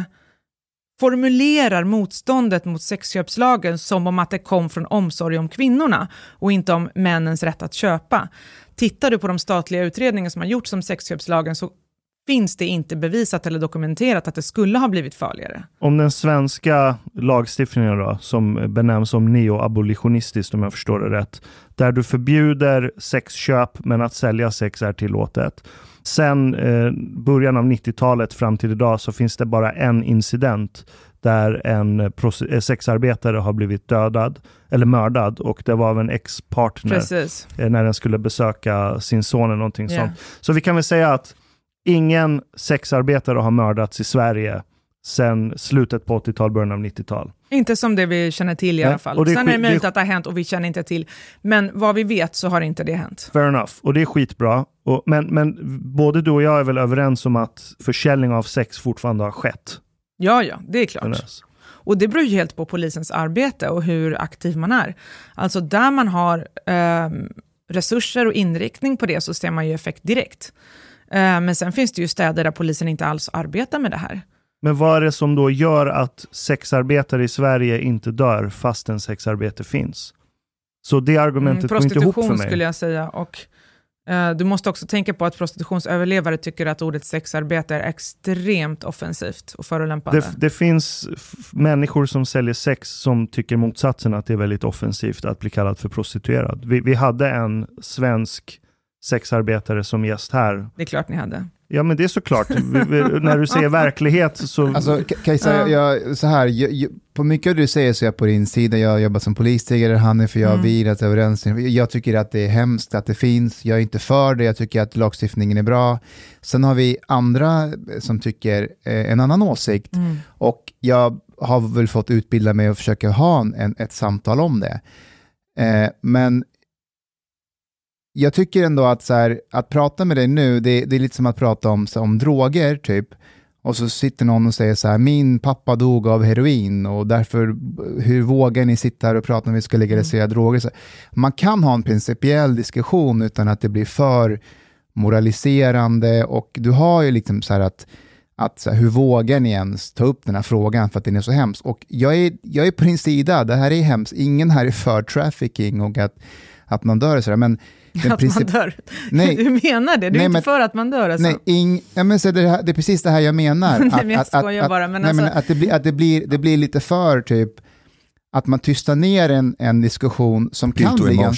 formulerar motståndet mot sexköpslagen som om att det kom från omsorg om kvinnorna och inte om männens rätt att köpa. Tittar du på de statliga utredningar som har gjorts om sexköpslagen så finns det inte bevisat eller dokumenterat att det skulle ha blivit farligare. Om den svenska lagstiftningen då, som benämns som neoabolitionistiskt om jag förstår det rätt, där du förbjuder sexköp men att sälja sex är tillåtet. Sen eh, början av nittiotalet fram till idag så finns det bara en incident där en proce- sexarbetare har blivit dödad eller mördad, och det var av en ex-partner eh, när den skulle besöka sin son eller någonting yeah. sånt. Så vi kan väl säga att ingen sexarbetare har mördats i Sverige sen slutet på åttiotalet, början av nittiotalet. Inte som det vi känner till i alla fall. Och det är Sen skit, är det möjligt det är... att det har hänt och vi känner inte till. Men vad vi vet så har inte det hänt. Fair enough. Och det är skitbra. Och, men, men både du och jag är väl överens om att försäljning av sex fortfarande har skett? Ja, ja, det är klart. Yes. Och det beror ju helt på polisens arbete och hur aktiv man är. Alltså där man har eh, resurser och inriktning på det så ser man ju effekt direkt. Eh, men sen finns det ju städer där polisen inte alls arbetar med det här. Men vad är det som då gör att sexarbetare i Sverige inte dör fast en sexarbete finns? Så det argumentet mm, går inte ihop för mig. Prostitution skulle jag säga. Och eh, du måste också tänka på att prostitutionsöverlevare tycker att ordet sexarbete är extremt offensivt och förolämpande. Det, det finns f- människor som säljer sex som tycker motsatsen, att det är väldigt offensivt att bli kallad för prostituerad. Vi, vi hade en svensk sexarbetare som gäst här. Det är klart ni hade. Ja, men det är såklart. vi, vi, när du säger verklighet så... Alltså, Kajsa, jag, jag, så här, jag, jag, på mycket av det du säger så är jag på din sida. Jag jobbar som polis tidigare, Hanif, jag har mm. virat överens. Jag tycker att det är hemskt att det finns. Jag är inte för det. Jag tycker att lagstiftningen är bra. Sen har vi andra som tycker eh, en annan åsikt. Mm. Och jag har väl fått utbilda mig och försöka ha en, ett samtal om det. Eh, men jag tycker ändå att, så här, att prata med dig nu, det, det är lite som att prata om, så, om droger typ. Och så sitter någon och säger så här, min pappa dog av heroin och därför, hur vågar ni sitta här och prata om vi ska legalisera mm. droger? Så, man kan ha en principiell diskussion utan att det blir för moraliserande, och du har ju liksom så här att, att så här, hur vågar ni ens ta upp den här frågan för att den är så hemsk? Och jag är, jag är på din sida, det här är hemskt. Ingen här är för trafficking och att, att man dör och sådär, men att princip... man dör. Nej. Du menar det? Du är nej, inte men... för att man dör? Alltså. Nej, ing... ja, men så det, här, det är precis det här jag menar. nej, att, men jag att, skojar att, bara. Men nej, alltså... men att, det, blir, att det, blir, det blir lite för typ att man tystar ner en, en diskussion som kan bli ganska,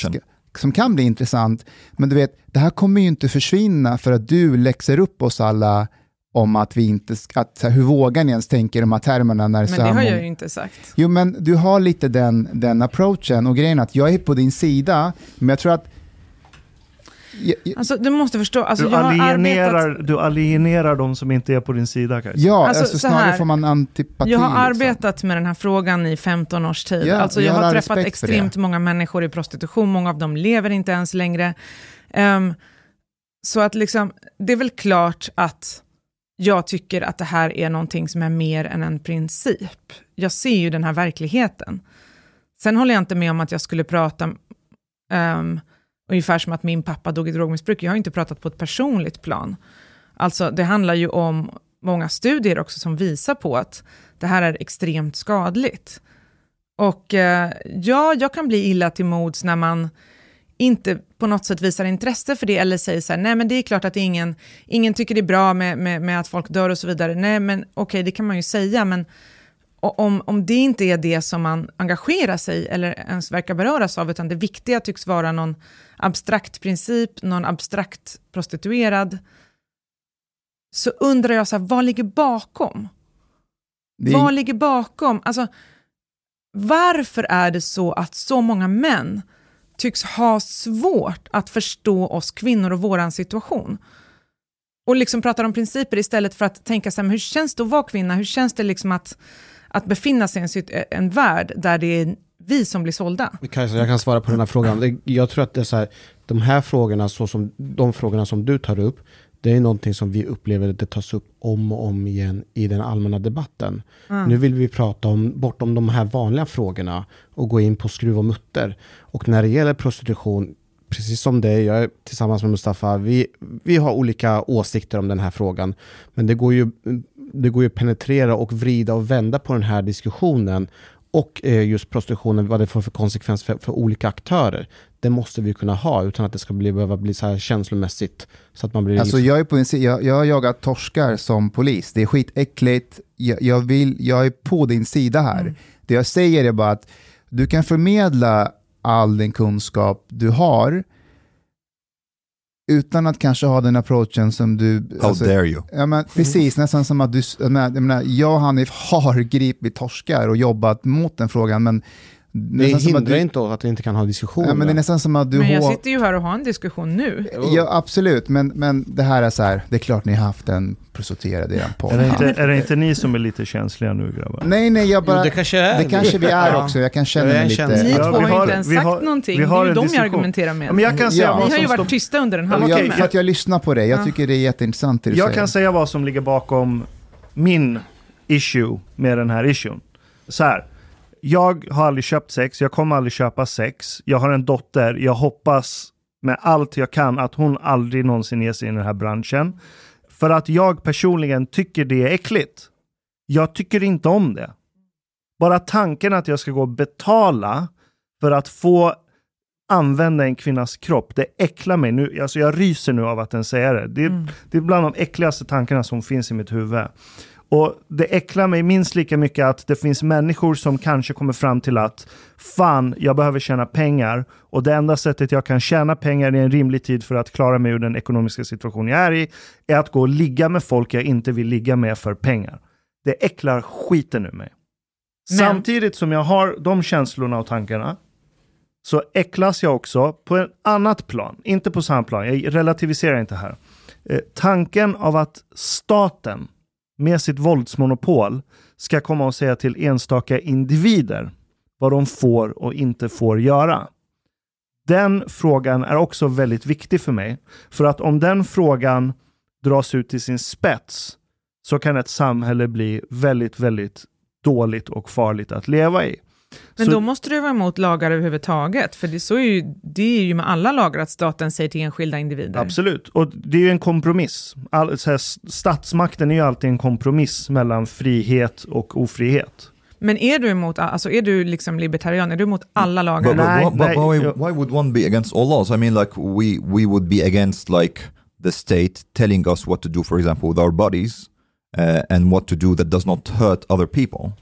som kan bli intressant. Men du vet, det här kommer ju inte försvinna för att du läxer upp oss alla om att vi inte, att, hur vågar ni ens tänka i de här termerna när det Men det har jag ju inte sagt. Jo, men du har lite den, den approachen och grejen att jag är på din sida, men jag tror att jag, jag, alltså, du måste förstå, alltså, du, jag har alienerar, arbetat... du alienerar de som inte är på din sida, Kajsa. Ja, alltså, alltså, snarare här, får man antipati. Jag har liksom. arbetat med den här frågan i femton års tid. Ja, alltså, jag, jag har, har träffat respekt för extremt det. många människor i prostitution. Många av dem lever inte ens längre. Um, så att liksom, det är väl klart att jag tycker att det här är någonting som är mer än en princip. Jag ser ju den här verkligheten. Sen håller jag inte med om att jag skulle prata um, ungefär som att min pappa dog i drogmissbruk. Jag har inte pratat på ett personligt plan. Alltså det handlar ju om många studier också som visar på att det här är extremt skadligt. Och eh, ja, jag kan bli illa till mods när man inte på något sätt visar intresse för det eller säger så här, nej men det är klart att ingen, ingen tycker det är bra med, med, med att folk dör och så vidare. Nej men okej, okay, det kan man ju säga, men om, om det inte är det som man engagerar sig eller ens verkar beröras av, utan det viktiga tycks vara någon abstrakt princip, någon abstrakt prostituerad, så undrar jag så här, vad ligger bakom? Det... Vad ligger bakom? Alltså, varför är det så att så många män tycks ha svårt att förstå oss kvinnor och våran situation? Och liksom pratar om principer istället för att tänka så här, men hur känns det att vara kvinna? Hur känns det liksom att, att befinna sig i en, en värld där det är vi som blir sålda? Kajsa, jag kan svara på den här frågan. Jag tror att det är så här, de här frågorna, så som, de frågorna som du tar upp, det är någonting som vi upplever att det tas upp om och om igen i den allmänna debatten. Mm. Nu vill vi prata om bortom de här vanliga frågorna och gå in på skruv och mutter. Och när det gäller prostitution, precis som det, jag är tillsammans med Mustafa, vi, vi har olika åsikter om den här frågan. Men det går ju, det går ju att penetrera och vrida och vända på den här diskussionen. Och eh, just prostitutionen, vad det får för konsekvens för, för olika aktörer. Det måste vi kunna ha utan att det ska bli, behöva bli så här känslomässigt. Så att man blir alltså liksom... jag, är på en, jag, jag har jagat torskar som polis. Det är skitäckligt. Jag, jag, vill, jag är på din sida här. Mm. Det jag säger är bara att du kan förmedla all den kunskap du har utan att kanske ha den approachen som du... How alltså, dare you? Ja, men, precis, nästan som att du... Jag, menar, jag och Hanif har gripit torskar och jobbat mot den frågan, men... Det hindrar du, inte att vi inte kan ha diskussioner. Ja, men det är nästan som att du... Men jag har, sitter ju här och har en diskussion nu. Ja, absolut, men, men det här är så här, det är klart ni har haft en prostituerad i er podd. Är det, inte, är det inte ni som är lite känsliga nu, grabbar? Nej, nej, jag bara... Jo, det kanske är. Det kanske vi är också, jag kan känna mig lite... Ni två har, har inte ens sagt har, någonting, det är ju de jag argumenterar med. Men jag kan säga ja. vad Ni har ju som varit stå... tysta under en halvtimme. Okay, för att jag lyssnar på det, jag tycker det är jätteintressant det du Jag säger. kan säga vad som ligger bakom min issue med den här issuen. Så här. Jag har aldrig köpt sex, jag kommer aldrig köpa sex. Jag har en dotter, jag hoppas med allt jag kan att hon aldrig någonsin ger sig in i den här branschen. För att jag personligen tycker det är äckligt. Jag tycker inte om det. Bara tanken att jag ska gå och betala för att få använda en kvinnas kropp, det äcklar mig nu. Alltså jag ryser nu av att den säger det. Det är, mm. det är bland de äckligaste tankarna som finns i mitt huvud. Och det äcklar mig minst lika mycket att det finns människor som kanske kommer fram till att fan, jag behöver tjäna pengar och det enda sättet jag kan tjäna pengar i en rimlig tid för att klara mig ur den ekonomiska situation jag är i är att gå och ligga med folk jag inte vill ligga med för pengar. Det äcklar skiten ur mig. Men... Samtidigt som jag har de känslorna och tankarna så äcklas jag också på ett annat plan. Inte på samma plan, jag relativiserar inte här. Eh, tanken av att staten med sitt våldsmonopol ska komma och säga till enstaka individer vad de får och inte får göra. Den frågan är också väldigt viktig för mig. För att om den frågan dras ut till sin spets så kan ett samhälle bli väldigt, väldigt dåligt och farligt att leva i. Men så, då måste det vara emot lagar överhuvudtaget. För det, så är ju, det är ju med alla lagar att staten säger till enskilda individer. Absolut. Och det är ju en kompromiss. All, så här, statsmakten är ju alltid en kompromiss mellan frihet och ofrihet. Men är du emot, alltså är du liksom libertarian? Är du emot alla lagar? But, but, nej, but, but, nej, but why, jag... why would one be against all laws? I mean, like we, we would be against like the state telling us what to do, for example, with our bodies uh, and what to do that does not hurt other people.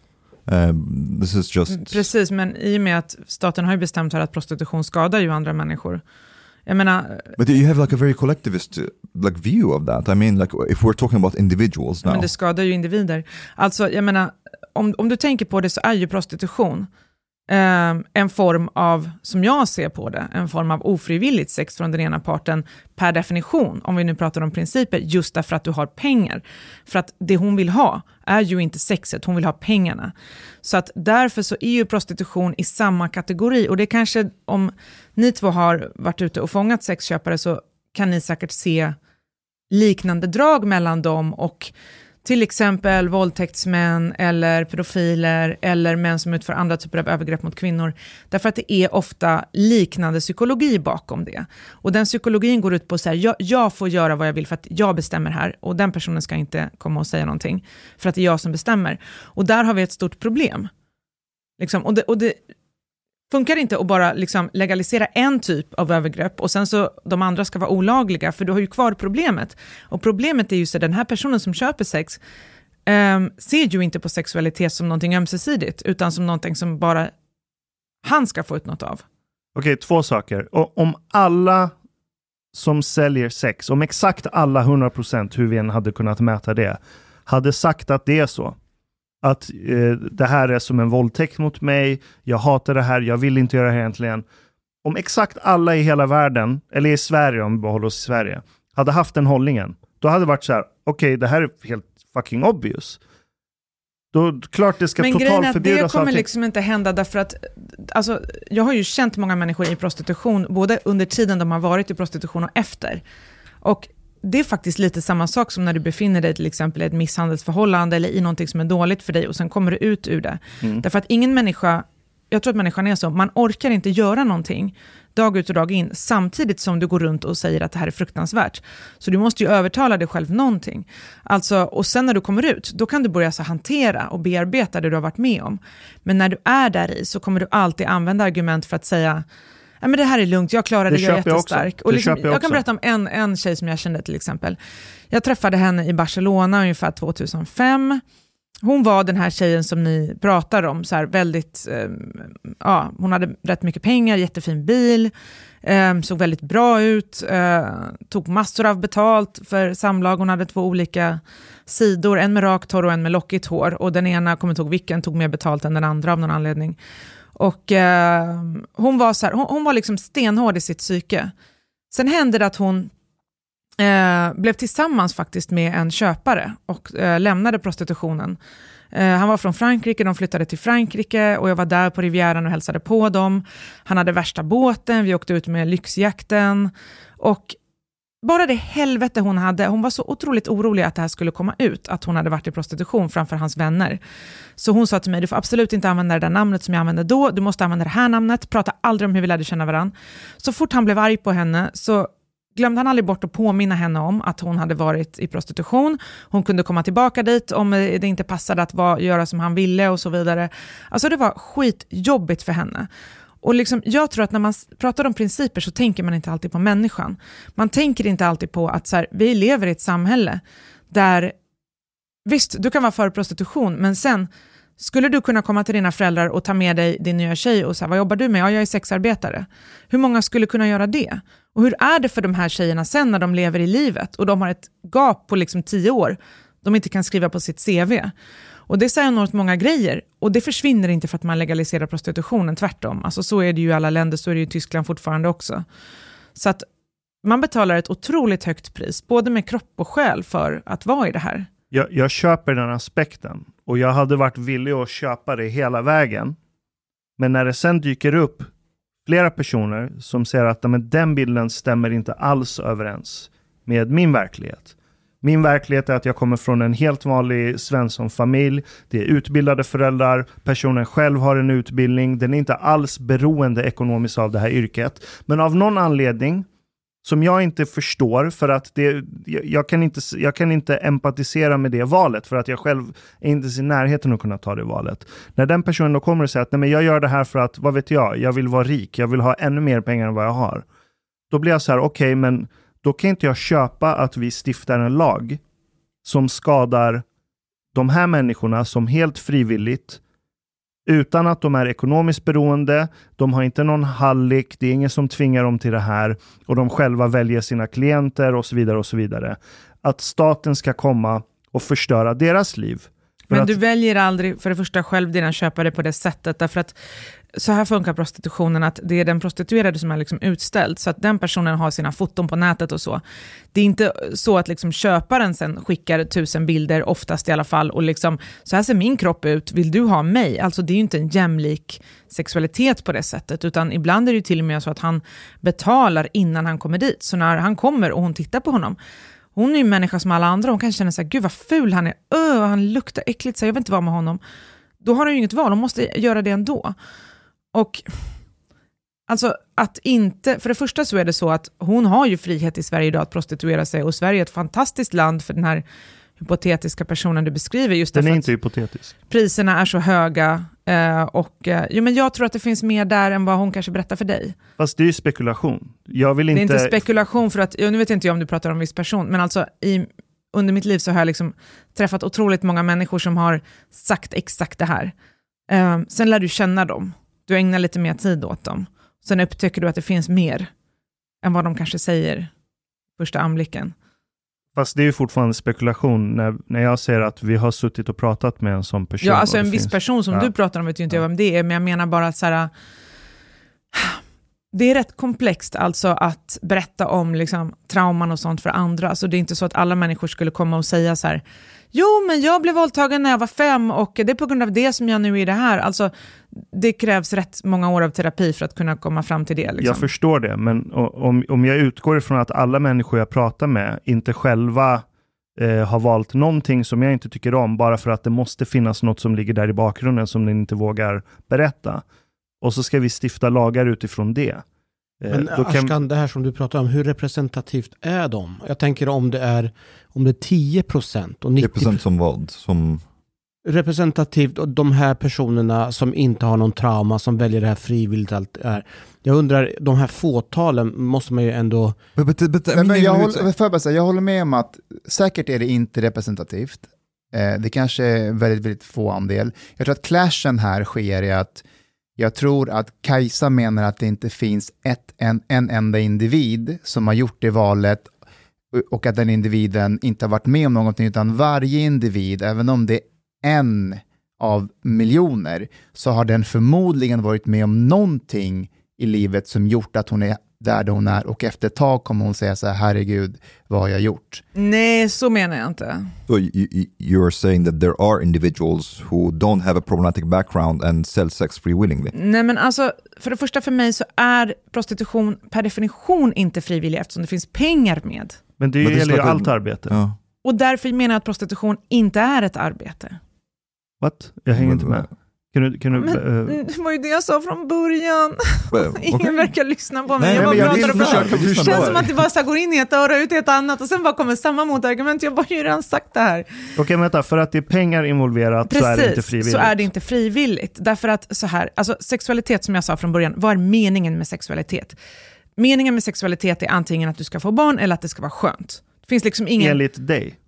Uh, this is just... Precis, men i och med att staten har ju bestämt här att prostitution skadar ju andra människor. Jag menar... But you have like a very collectivist like view of that. I mean, like if we're talking about individuals now. Men det skadar ju individer. Alltså, jag menar, om, om du tänker på det så är ju prostitution eh, en form av, som jag ser på det, en form av ofrivilligt sex från den ena parten per definition, om vi nu pratar om principer, just därför att du har pengar. För att det hon vill ha är ju inte sexet, hon vill ha pengarna. Så att därför så är ju prostitution i samma kategori, och det kanske, om ni två har varit ute och fångat sexköpare, så kan ni säkert se liknande drag mellan dem och till exempel våldtäktsmän eller pedofiler eller män som utför andra typer av övergrepp mot kvinnor. Därför att det är ofta liknande psykologi bakom det. Och den psykologin går ut på så här, jag, jag får göra vad jag vill för att jag bestämmer här, och den personen ska inte komma och säga någonting för att det är jag som bestämmer. Och där har vi ett stort problem. Liksom, och det, och det funkar inte att bara liksom legalisera en typ av övergrepp och sen så de andra ska vara olagliga, för du har ju kvar problemet. Och problemet är ju så att den här personen som köper sex um, ser ju inte på sexualitet som någonting ömsesidigt, utan som någonting som bara han ska få ut något av. Okej, två saker. Och om alla som säljer sex, om exakt alla hundra procent, hur vi än hade kunnat mäta det, hade sagt att det är så, att eh, det här är som en våldtäkt mot mig, jag hatar det här, jag vill inte göra det här egentligen. Om exakt alla i hela världen, eller i Sverige, om vi behåller oss i Sverige, hade haft den hållningen, då hade det varit så här, okej, okay, det här är helt fucking obvious. Då klart det ska totalförbjudas. Men grejen är att det kommer liksom inte hända, därför att alltså, jag har ju känt många människor i prostitution, både under tiden de har varit i prostitution och efter. Och det är faktiskt lite samma sak som när du befinner dig till exempel i ett misshandelsförhållande eller i någonting som är dåligt för dig och sen kommer du ut ur det. Mm. Därför att ingen människa, jag tror att människan är så, man orkar inte göra någonting dag ut och dag in samtidigt som du går runt och säger att det här är fruktansvärt. Så du måste ju övertala dig själv någonting. Alltså, och sen när du kommer ut, då kan du börja så hantera och bearbeta det du har varit med om. Men när du är där i så kommer du alltid använda argument för att säga, ja, men det här är lugnt, jag klarar det, det jag är jättestark. Jag, och liksom, jag, jag kan berätta om en, en tjej som jag kände till exempel. Jag träffade henne i Barcelona ungefär tvåtusenfem. Hon var den här tjejen som ni pratar om, så här väldigt, eh, ja, hon hade rätt mycket pengar, jättefin bil, eh, såg väldigt bra ut, eh, tog massor av betalt för samlag. Hon hade två olika sidor, en med rakt hår och en med lockigt hår, och den ena, kommer tog vilken, tog mer betalt än den andra av någon anledning. Och eh, hon var så här, hon, hon var liksom stenhård i sitt psyke. Sen hände det att hon eh, blev tillsammans faktiskt med en köpare och eh, lämnade prostitutionen. Eh, han var från Frankrike, de flyttade till Frankrike och jag var där på Rivieran och hälsade på dem. Han hade värsta båten, vi åkte ut med lyxjakten och bara det helvete hon hade, hon var så otroligt orolig att det här skulle komma ut, att hon hade varit i prostitution framför hans vänner. Så hon sa till mig, du får absolut inte använda det där namnet som jag använde då, du måste använda det här namnet, prata aldrig om hur vi lärde känna varandra. Så fort han blev arg på henne så glömde han aldrig bort att påminna henne om att hon hade varit i prostitution. Hon kunde komma tillbaka dit om det inte passade att vara, göra som han ville och så vidare. Alltså det var skitjobbigt för henne. Och liksom, jag tror att när man pratar om principer så tänker man inte alltid på människan. Man tänker inte alltid på att så här, vi lever i ett samhälle där, visst, du kan vara för prostitution, men sen skulle du kunna komma till dina föräldrar och ta med dig din nya tjej och säga, vad jobbar du med? Ja, jag är sexarbetare. Hur många skulle kunna göra det? Och hur är det för de här tjejerna sen när de lever i livet och de har ett gap på liksom tio år de inte kan skriva på sitt C V? Och det säger enormt många grejer. Och det försvinner inte för att man legaliserar prostitutionen, tvärtom. Alltså så är det ju i alla länder, så är det ju i Tyskland fortfarande också. Så att man betalar ett otroligt högt pris, både med kropp och själ, för att vara i det här. Jag, jag köper den aspekten. Och jag hade varit villig att köpa det hela vägen. Men när det sen dyker upp flera personer som säger att men, den bilden stämmer inte alls överens med min verklighet. Min verklighet är att jag kommer från en helt vanlig Svensson-familj. Det är utbildade föräldrar. Personen själv har en utbildning. Den är inte alls beroende ekonomiskt av det här yrket. Men av någon anledning som jag inte förstår, för att det, jag, jag, kan inte, jag kan inte empatisera med det valet, för att jag själv är inte i närheten att kunna ta det valet. När den personen då kommer och säger att nej, men jag gör det här för att, vad vet jag, jag vill vara rik. Jag vill ha ännu mer pengar än vad jag har. Då blir jag så här, okej, okay, men då kan inte jag köpa att vi stiftar en lag som skadar de här människorna som helt frivilligt utan att de är ekonomiskt beroende. De har inte någon hallick, det är ingen som tvingar dem till det här och de själva väljer sina klienter och så vidare och så vidare. Att staten ska komma och förstöra deras liv. Men att... du väljer aldrig för det första själv dina köpare på det sättet, därför att så här funkar prostitutionen, att det är den prostituerade som är liksom utställd, så att den personen har sina foton på nätet och så. Det är inte så att liksom köparen sen skickar tusen bilder, oftast i alla fall, och liksom, så här ser min kropp ut, vill du ha mig? Alltså det är ju inte en jämlik sexualitet på det sättet, utan ibland är det ju till och med så att han betalar innan han kommer dit. Så när han kommer och hon tittar på honom, hon är ju en människa som alla andra, hon kan känna så här, gud vad ful han är, öh, han luktar äckligt, så jag vill inte vara med honom. Då har hon ju inget val, hon måste göra det ändå. Och alltså att inte, för det första så är det så att hon har ju frihet i Sverige idag att prostituera sig, och Sverige är ett fantastiskt land för den här hypotetiska personen du beskriver. Just den är inte hypotetisk. Priserna är så höga eh, och eh, jo, men jag tror att det finns mer där än vad hon kanske berättar för dig. Fast det är ju spekulation. Jag vill inte... Det är inte spekulation för att, ja, nu vet inte jag om du pratar om viss person, men alltså i, under mitt liv så har jag liksom träffat otroligt många människor som har sagt exakt det här. Eh, sen lär du känna dem. Du ägnar lite mer tid åt dem. Sen upptäcker du att det finns mer än vad de kanske säger första anblicken. Fast det är ju fortfarande spekulation när, när jag säger att vi har suttit och pratat med en sån person. Ja, alltså en viss finns... person som ja. du pratar om vet ju inte ja. jag vem det är, men jag menar bara att så här, det är rätt komplext alltså att berätta om liksom, trauman och sånt för andra. Alltså det är inte så att alla människor skulle komma och säga så här, jo men jag blev våldtagen när jag var fem och det är på grund av det som jag nu är det här. Alltså det krävs rätt många år av terapi för att kunna komma fram till det. Liksom. Jag förstår det, men om, om jag utgår ifrån att alla människor jag pratar med inte själva eh, har valt någonting som jag inte tycker om, bara för att det måste finnas något som ligger där i bakgrunden som de inte vågar berätta. Och så ska vi stifta lagar utifrån det. Men Då kan... Ashkan, det här som du pratar om, hur representativt är de? Jag tänker om det är om det är tio procent och nittio procent som vad? Som... Representativt, och de här personerna som inte har någon trauma, som väljer det här frivilligt, allt är. Jag undrar, de här fåtalen måste man ju ändå... But, but, but, men, men jag, håller, för bara säga, jag håller med om att säkert är det inte representativt. Eh, det kanske är väldigt, väldigt få andel. Jag tror att clashen här sker i att jag tror att Kajsa menar att det inte finns ett, en, en enda individ som har gjort det valet och att den individen inte har varit med om någonting, utan varje individ, även om det är en av miljoner, så har den förmodligen varit med om någonting i livet som gjort att hon är där hon är, och efter ett tag kommer hon säga så här, herregud, vad har jag gjort? Nej, så menar jag inte. So you, you're saying that there are individuals who don't have a problematic background and sell sex free willingly? Nej, men alltså, för det första för mig så är prostitution per definition inte frivillig eftersom det finns pengar med. Men det gäller ju allt arbete. Ja. Och därför menar jag att prostitution inte är ett arbete. What? Jag hänger inte med. Kan du, kan du, men, uh... det var ju det jag sa från början. Okay. Ingen verkar lyssna på mig. Nej, jag bara men jag pratar och pratar. Det känns som att det bara så går in i ett öra ut i ett annat och sen bara kommer samma motargument. Jag bara ju redan sagt det här. Okej, okay, vänta. För att det är pengar involverat. Precis, så är det inte frivilligt. så är det inte frivilligt. Därför att så här, alltså sexualitet som jag sa från början, vad är meningen med sexualitet? Meningen med sexualitet är antingen att du ska få barn eller att det ska vara skönt. Det finns liksom ingen... Enligt dig?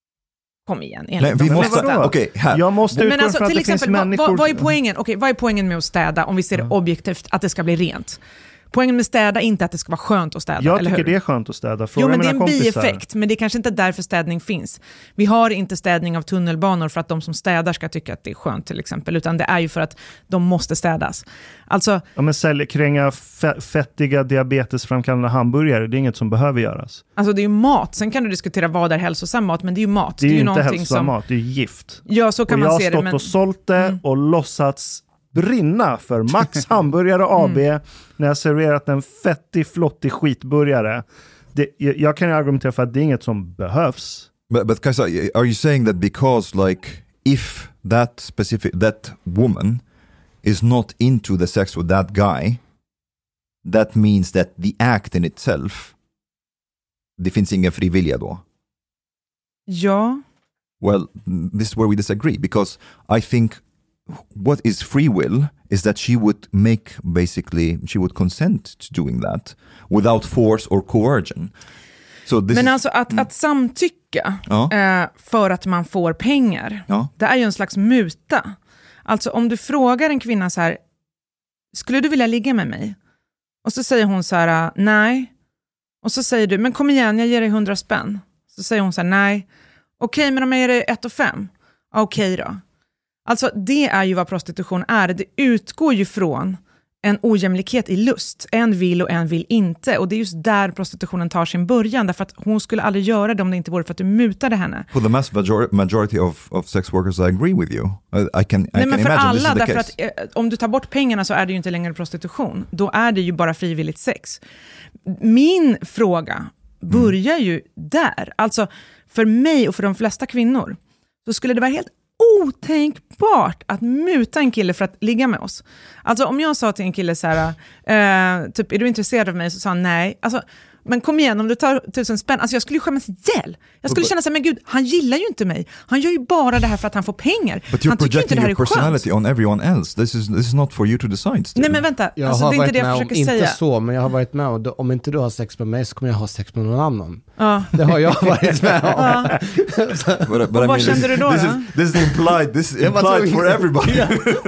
Kom igen. Nej, vi måste, okay, jag måste utgå alltså, från att till det exempel, finns människor... Vad, vad, är poängen? Okay, vad är poängen med att städa om vi ser det mm. objektivt, att det ska bli rent? Poängen med städa är inte att det ska vara skönt att städa, jag eller tycker hur? det är skönt att städa. Fråga jo, men det är en kompisar. bieffekt, men det är kanske inte därför städning finns. Vi har inte städning av tunnelbanor för att de som städar ska tycka att det är skönt till exempel, utan det är ju för att de måste städas. Alltså, ja, men sälja, kränga f- fettiga diabetesframkallande hamburgare, det är inget som behöver göras. Alltså det är ju mat, sen kan du diskutera vad är hälsosam mat, men det är ju mat. Det är, det är ju inte hälsosam som... mat, det är gift. Ja, så kan och man se det. Jag har stått men... och sålt det mm. och låtsats brinna för Max Hamburgare A B mm. när jag serverat en fettig, flottig skitburgare. Det, jag, jag kan ju argumentera för att det är inget som behövs. But, but Kajsa, are you saying that because like if that specific that woman is not into the sex with that guy, that means that the act in itself, det finns ingen frivilliga då? Ja. Well, this is where we disagree, because I think what is free will is that she would make, basically, she would consent to doing that without force or coercion. So this Men is, alltså att, mm. att samtycka ja. eh, för att man får pengar, ja. det är ju en slags muta. Alltså om du frågar en kvinna så här, skulle du vilja ligga med mig? Och så säger hon så här, nej. Och så säger du, men kom igen, jag ger dig hundra spänn. Så säger hon så här, nej. Okej, men om jag ger dig ett och fem? Okej då. Alltså det är ju vad prostitution är. Det utgår ju från en ojämlikhet i lust. En vill och en vill inte. Och det är just där prostitutionen tar sin början. Därför att hon skulle aldrig göra det om det inte vore för att du mutade henne. For the mass majority, majority of, of sex workers, I agree with you. I, I can, I Nej, can men för imagine alla, this is the därför case. att eh, om du tar bort pengarna så är det ju inte längre prostitution. Då är det ju bara frivilligt sex. Min fråga börjar mm. ju där. Alltså för mig och för de flesta kvinnor så skulle det vara helt otänkbart att muta en kille för att ligga med oss. Alltså om jag sa till en kille så här, eh, typ, är du intresserad av mig? Så sa han nej. Alltså, men kom igen, om du tar tusen spänn. Alltså jag skulle skämmas ihjäl. Jag skulle känna så här, men gud, han gillar ju inte mig. Han gör ju bara det här för att han får pengar. But you're han tycker inte det här är your personality skönt. on everyone else. This is, this is not for you to decide. Still. Nej men vänta, Jag alltså, har det är varit inte det jag med försöker om, säga. inte så, men jag har varit med om, om inte du har sex med mig så kommer jag ha sex med någon annan. Ja. Det har jag varit med om. Ja. But, but Och I vad mean, kände this, du då, This, då? is, this is implied, this is Jag var implied tvungen- for everybody.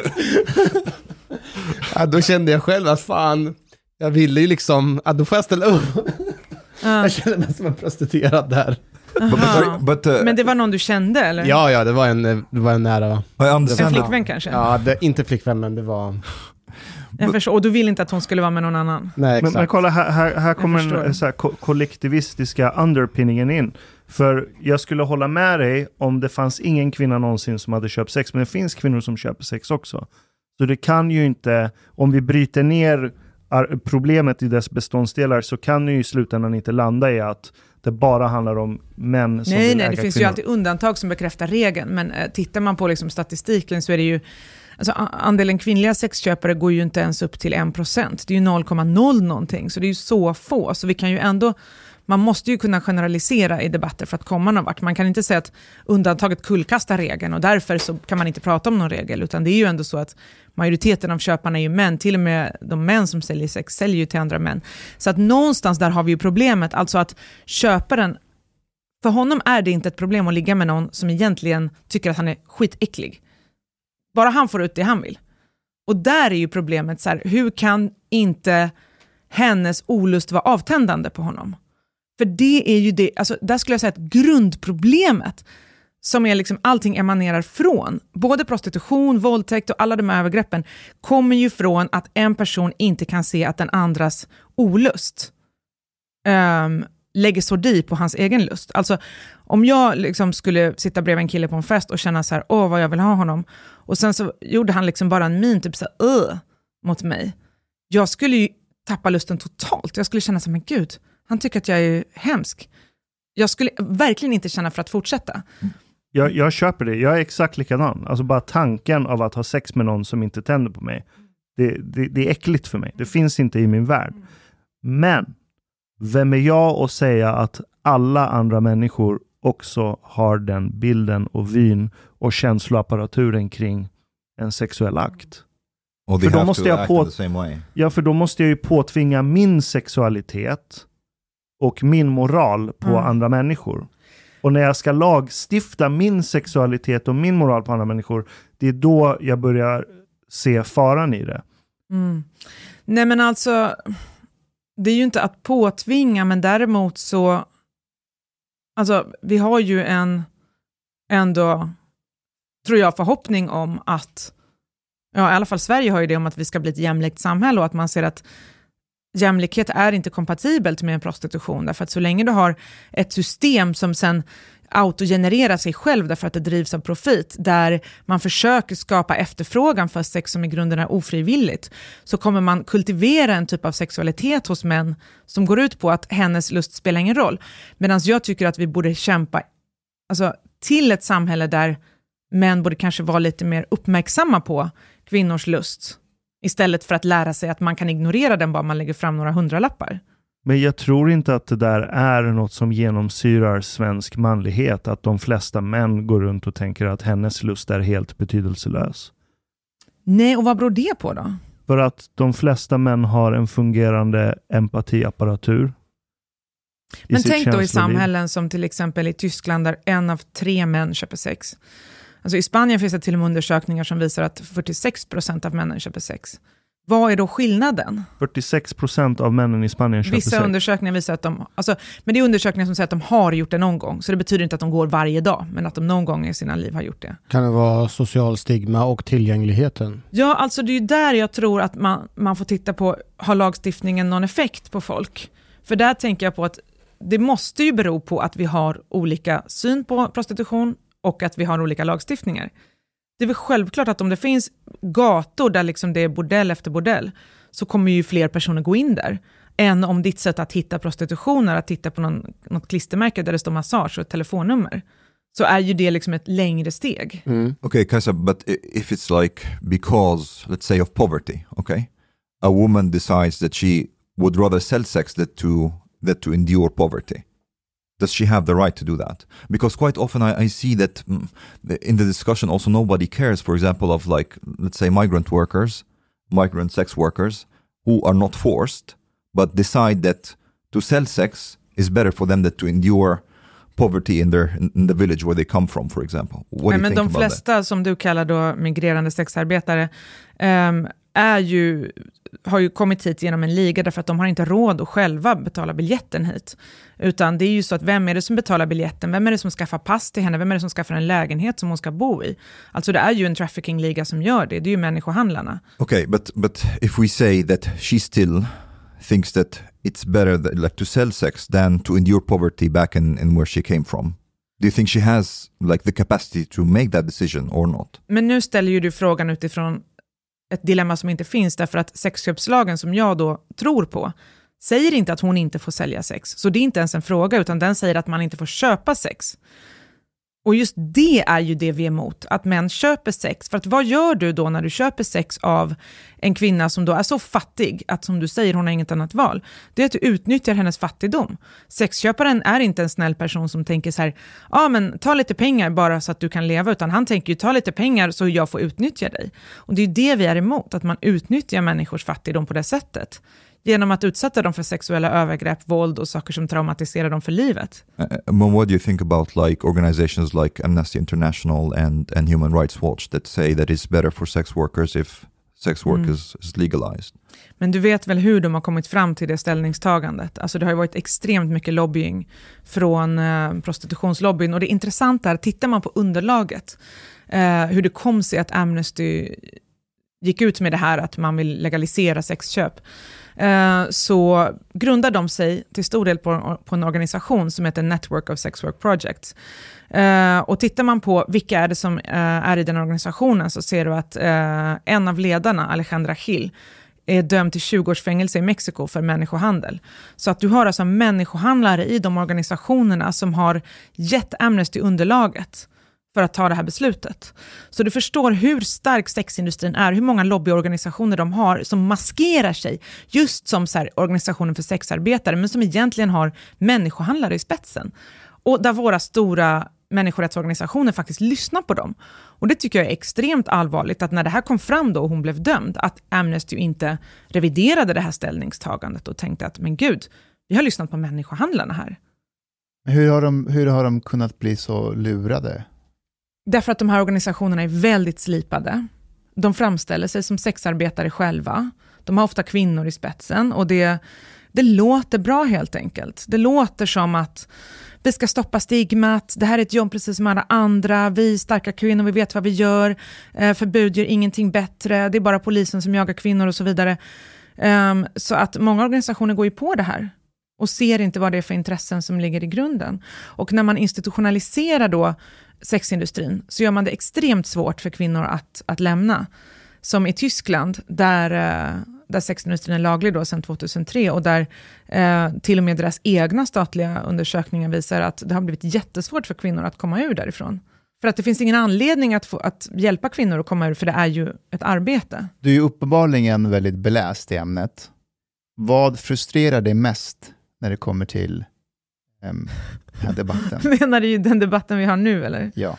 Ja, då kände jag själv att fan, jag ville ju liksom, att då får jag ställa upp. Ja. Jag kände mig som en prostituerad där. but, but, Aha. but, uh, Men det var någon du kände eller? Ja, ja, det var en, det var en nära. I En understand. flickvän kanske? Ja, det, inte flickvän, men det var... Jag förstår. Och du vill inte att hon skulle vara med någon annan? Nej, Men, exakt. men kolla, här, här, här kommer förstår. den så här, ko- kollektivistiska underpinningen in. För jag skulle hålla med dig om det fanns ingen kvinna någonsin som hade köpt sex. Men det finns kvinnor som köper sex också. Så det kan ju inte, om vi bryter ner ar- problemet i dess beståndsdelar så kan det ju i slutändan inte landa i att det bara handlar om män som Nej, vill nej, äga det finns kvinnor. ju alltid undantag som bekräftar regeln. Men eh, tittar man på liksom statistiken så är det ju... Alltså a- andelen kvinnliga sexköpare går ju inte ens upp till en procent. Det är ju noll komma noll någonting. Så det är ju så få. Så vi kan ju ändå... Man måste ju kunna generalisera i debatter för att komma någon vart. Man kan inte säga att undantaget kullkastar regeln och därför så kan man inte prata om någon regel. Utan det är ju ändå så att majoriteten av köparna är ju män. Till och med de män som säljer sex säljer ju till andra män. Så att någonstans där har vi ju problemet. Alltså att köparen, för honom är det inte ett problem att ligga med någon som egentligen tycker att han är skitäcklig. Bara han får ut det han vill. Och där är ju problemet så här, hur kan inte hennes olust vara avtändande på honom? För det är ju det, alltså där skulle jag säga att grundproblemet som är liksom allting emanerar från, både prostitution, våldtäkt och alla de här övergreppen kommer ju från att en person inte kan se att den andras olust um, lägger sordi på hans egen lust. Alltså om jag liksom skulle sitta bredvid en kille på en fest och känna så här, åh vad jag vill ha honom, och sen så gjorde han liksom bara en min typ så här, uh, mot mig. Jag skulle ju tappa lusten totalt. Jag skulle känna så här, men gud, han tycker att jag är hemsk. Jag skulle verkligen inte känna för att fortsätta. Jag, jag köper det. Jag är exakt likadan. Alltså bara tanken av att ha sex med någon som inte tänder på mig. Det, det, det är äckligt för mig. Det finns inte i min värld. Men vem är jag att säga att alla andra människor också har den bilden och vyn och känsloapparaturen kring en sexuell akt? Or they För då have måste to jag act på- in the same way. Ja, för då måste jag ju påtvinga min sexualitet och min moral på Mm. andra människor. Och när jag ska lagstifta min sexualitet och min moral på andra människor, det är då jag börjar se faran i det. Mm. Nej men alltså, det är ju inte att påtvinga, men däremot så, alltså vi har ju en ändå, tror jag, förhoppning om att, ja i alla fall Sverige har ju det om att vi ska bli ett jämlikt samhälle och att man ser att jämlikhet är inte kompatibelt med en prostitution, därför att så länge du har ett system som sen autogenererar sig själv därför att det drivs av profit, där man försöker skapa efterfrågan för sex som i grunden är ofrivilligt, så kommer man kultivera en typ av sexualitet hos män som går ut på att hennes lust spelar ingen roll. Medan jag tycker att vi borde kämpa alltså, till ett samhälle där män borde kanske vara lite mer uppmärksamma på kvinnors lust, istället för att lära sig att man kan ignorera den bara man lägger fram några hundralappar. Men jag tror inte att det där är något som genomsyrar svensk manlighet, att de flesta män går runt och tänker att hennes lust är helt betydelselös. Nej, och vad beror det på då? För att de flesta män har en fungerande empatiapparatur. i Men sitt tänk då i känsloliv. samhällen som till exempel i Tyskland där en av tre män köper sex. Alltså i Spanien finns det till och med undersökningar som visar att fyrtiosex procent av männen köper sex. Vad är då skillnaden? fyrtiosex procent av männen i Spanien köper Vissa sex. undersökningar visar att de... Alltså, men det är undersökningar som säger att de har gjort det någon gång. Så det betyder inte att de går varje dag, men att de någon gång i sina liv har gjort det. Kan det vara social stigma och tillgängligheten? Ja, alltså det är ju där jag tror att man, man får titta på, har lagstiftningen någon effekt på folk? För där tänker jag på att det måste ju bero på att vi har olika syn på prostitution och att vi har olika lagstiftningar. Det är väl självklart att om det finns gator där liksom det är bordell efter bordell så kommer ju fler personer gå in där än om ditt sätt att hitta prostitution är att titta på någon, något klistermärke där det står massage och ett telefonnummer. Så är ju det liksom ett längre steg. Mm. Okay, Kajsa, but if it's like because, let's say, of poverty, okay? A woman decides that she would rather sell sex than to, than to endure poverty. Does she have the right to do that? Because quite often I, I see that mm, in the discussion also nobody cares, for example, of like, let's say migrant workers, migrant sex workers, who are not forced, but decide that to sell sex is better for them than to endure poverty in, their, in the village where they come from, for example. What do Nej, you men think de about flesta that? som du kallar då migrerande sexarbetare um, är ju, har ju kommit hit genom en liga därför att de har inte råd att själva betala biljetten hit. Utan det är ju så att vem är det som betalar biljetten? Vem är det som skaffar pass till henne? Vem är det som skaffar en lägenhet som hon ska bo i? Alltså det är ju en trafficking-liga som gör det. Det är ju människohandlarna. Okay, but but if we say that she still thinks that it's better that, like to sell sex than to endure poverty back in, in where she came from, do you think she has like the capacity to make that decision or not? Men nu ställer ju du frågan utifrån ett dilemma som inte finns därför att sexköpslagen som jag då tror på säger inte att hon inte får sälja sex. Så det är inte ens en fråga utan den säger att man inte får köpa sex. Och just det är ju det vi är emot, att män köper sex. För att vad gör du då när du köper sex av en kvinna som då är så fattig att som du säger hon har inget annat val? Det är att du utnyttjar hennes fattigdom. Sexköparen är inte en snäll person som tänker så här, ja ah, men ta lite pengar bara så att du kan leva, utan han tänker ju ta lite pengar så jag får utnyttja dig. Och det är ju det vi är emot, att man utnyttjar människors fattigdom på det sättet. Genom att utsätta dem för sexuella övergrepp, våld och saker som traumatiserar dem för livet. Uh, what do you think about like organizations like Amnesty International and, and Human Rights Watch that say that it's better for sex workers if sex work mm. is, is legalized? Men du vet väl hur de har kommit fram till det ställningstagandet? Alltså det har ju varit extremt mycket lobbying från eh, prostitutionslobbyn. Och det intressanta är, tittar man på underlaget, eh, hur det kom sig att Amnesty gick ut med det här att man vill legalisera sexköp. Så grundar de sig till stor del på, på en organisation som heter Network of Sex Work Projects. Och tittar man på vilka är det som är i den organisationen så ser du att en av ledarna, Alejandra Gil, är dömd till tjugo års fängelse i Mexiko för människohandel. Så att du har alltså människohandlare i de organisationerna som har gett Amnesty underlaget för att ta det här beslutet. Så du förstår hur stark sexindustrin är, hur många lobbyorganisationer de har som maskerar sig just som så här, organisationen för sexarbetare, men som egentligen har människohandlare i spetsen. Och där våra stora människorättsorganisationer faktiskt lyssnar på dem. Och det tycker jag är extremt allvarligt, att när det här kom fram då och hon blev dömd, att Amnesty inte reviderade det här ställningstagandet och tänkte att men gud, vi har lyssnat på människohandlarna här. Hur har de, hur har de kunnat bli så lurade? Därför att de här organisationerna är väldigt slipade. De framställer sig som sexarbetare själva. De har ofta kvinnor i spetsen. Och det, det låter bra helt enkelt. Det låter som att vi ska stoppa stigmat. Det här är ett jobb precis som alla andra. Vi starka kvinnor, vi vet vad vi gör. Eh, förbud gör ingenting bättre. Det är bara polisen som jagar kvinnor och så vidare. Um, så att många organisationer går ju på det här. Och ser inte vad det är för intressen som ligger i grunden. Och när man institutionaliserar då sexindustrin så gör man det extremt svårt för kvinnor att, att lämna. Som i Tyskland där, där sexindustrin är laglig då sedan tjugohundratre och där eh, till och med deras egna statliga undersökningar visar att det har blivit jättesvårt för kvinnor att komma ur därifrån. För att det finns ingen anledning att, få, att hjälpa kvinnor att komma ur, för det är ju ett arbete. Du är ju uppenbarligen väldigt beläst i ämnet. Vad frustrerar dig mest när det kommer till um, den här debatten? Menar du den debatten vi har nu, eller? Ja.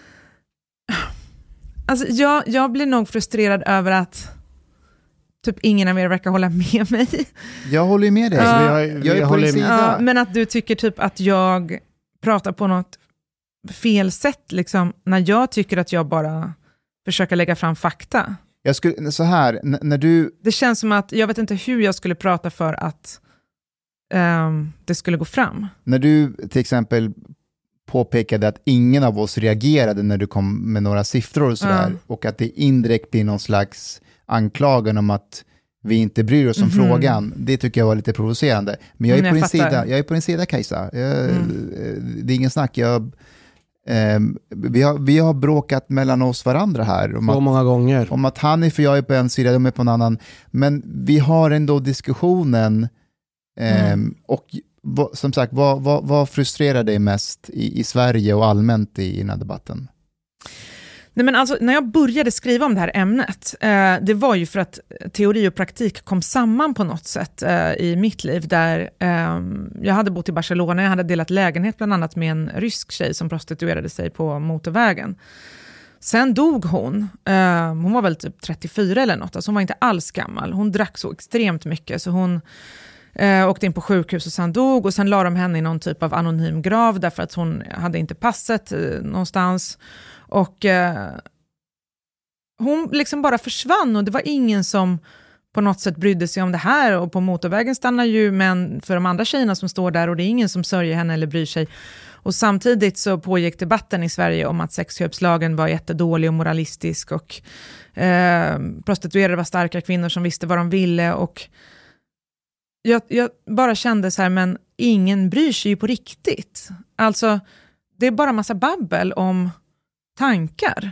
Alltså, jag, jag blir nog frustrerad över att typ ingen av er verkar hålla med mig. Jag håller ju med dig. Ja, jag, jag är jag på din håller sida. Ja, men att du tycker typ att jag pratar på något fel sätt liksom, när jag tycker att jag bara försöker lägga fram fakta. Jag skulle, så här, n- när du... Det känns som att jag vet inte hur jag skulle prata för att um, det skulle gå fram. När du till exempel påpekade att ingen av oss reagerade när du kom med några siffror och sådär, Mm. och att det indirekt blir någon slags anklagan om att vi inte bryr oss om Mhm. frågan, det tycker jag var lite provocerande. Men jag är, Men på, jag din fattar. sida, jag är på din sida, Kajsa. Jag, Mm. Det är ingen snack. Jag, ehm, vi, har, vi har bråkat mellan oss varandra här. Om Så att, många gånger. om att han är för jag är på en sida, de är på en annan. Men vi har ändå diskussionen. ehm, Mm. Och vad, som sagt, vad, vad, vad frustrerar dig mest i, i Sverige och allmänt i, i den här debatten? Nej, men alltså, när jag började skriva om det här ämnet, eh, det var ju för att teori och praktik kom samman på något sätt eh, i mitt liv. Där eh, jag hade bott i Barcelona, jag hade delat lägenhet bland annat med en rysk tjej som prostituerade sig på motorvägen. Sen dog hon, eh, hon var väl typ trettiofyra eller något, alltså hon var inte alls gammal. Hon drack så extremt mycket så hon eh, åkte in på sjukhus och sen dog. Och sen la de henne i någon typ av anonym grav därför att hon hade inte passet eh, någonstans. Och eh, hon liksom bara försvann och det var ingen som på något sätt brydde sig om det här. Och på motorvägen stannar ju män för de andra tjejerna som står där och det är ingen som sörjer henne eller bryr sig. Och samtidigt så pågick debatten i Sverige om att sexköpslagen var jättedålig och moralistisk och eh, prostituerade var starka kvinnor som visste vad de ville. Och jag, jag bara kände så här, men ingen bryr sig ju på riktigt. Alltså, det är bara massa babbel om tankar.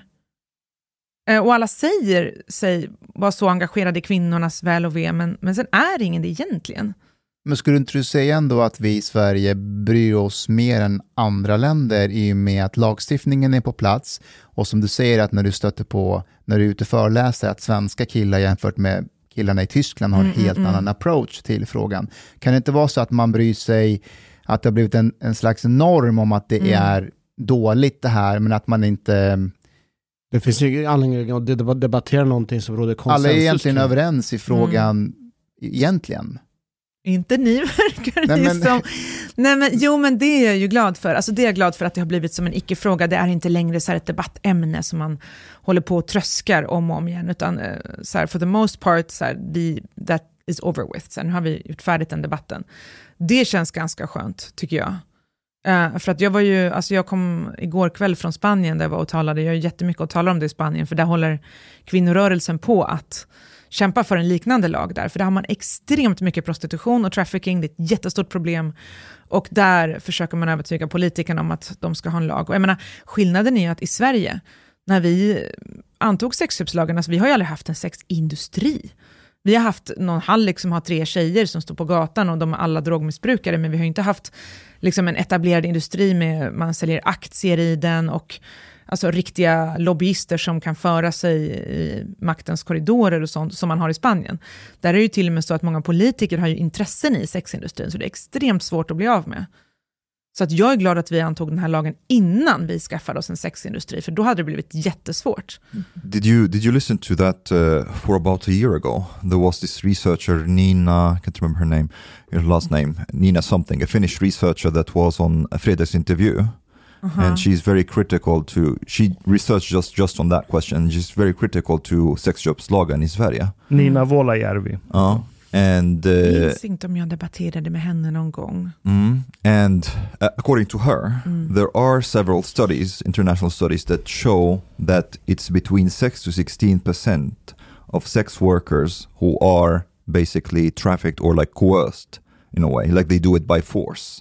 Eh, och alla säger sig vara så engagerade i kvinnornas väl och ve, men, men sen är det ingen det egentligen. Men skulle inte du säga ändå att vi i Sverige bryr oss mer än andra länder i och med att lagstiftningen är på plats och som du säger att när du stöter på, när du är ute och föreläser att svenska killar jämfört med killarna i Tyskland har en Mm, helt mm, annan approach till frågan. Kan det inte vara så att man bryr sig, att det har blivit en, en slags norm om att det Mm. är dåligt det här men att man inte... Det finns ju anledning att deb- debattera någonting som råder konsensus. Alla är egentligen kring. överens i frågan egentligen. Inte ni verkar Nej, ju men- som... Nej, men, jo, men det är jag ju glad för. Alltså, det är jag glad för att det har blivit som en icke-fråga. Det är inte längre så här ett debattämne som man håller på och tröskar om och om igen. Utan eh, så här, for the most part, så här, vi, that is over with. Så här, nu har vi gjort färdigt den debatten. Det känns ganska skönt, tycker jag. Uh, för att jag var ju, alltså jag kom igår kväll från Spanien där jag var och talade. Jag har jättemycket att tala om det i Spanien. För där håller kvinnorörelsen på att kämpa för en liknande lag där. För där har man extremt mycket prostitution och trafficking. Det är ett jättestort problem. Och där försöker man övertyga politikerna om att de ska ha en lag. Och jag menar, skillnaden är ju att i Sverige, när vi antog sexköpslagen, alltså vi har ju aldrig haft en sexindustri. Vi har haft någon hallick som har tre tjejer som står på gatan och de är alla drogmissbrukare, men vi har ju inte haft liksom en etablerad industri med man säljer aktier i den och alltså riktiga lobbyister som kan föra sig i maktens korridorer och sånt som man har i Spanien. Där är det ju till och med så att många politiker har ju intressen i sexindustrin så det är extremt svårt att bli av med. Så att jag är glad att vi antog den här lagen innan vi skaffade oss en sexindustri, för då hade det blivit jättesvårt. Did you did you listen to that uh, for about a year ago? There was this researcher Nina, I can't remember her name, her last name, Nina something, a Finnish researcher that was on a Fredags interview, uh-huh. and she's very critical to. She researched just just on that question. She's very critical to sexköpslagen i Sverige. Nina Volajärvi. Uh, and uh, Jag minns inte om jag debatterade med henne någon gång. Mm, and uh, according to her, Mm. there are several studies, international studies, that show that it's between six to sixteen percent of sex workers who are basically trafficked or like coerced in a way, like they do it by force.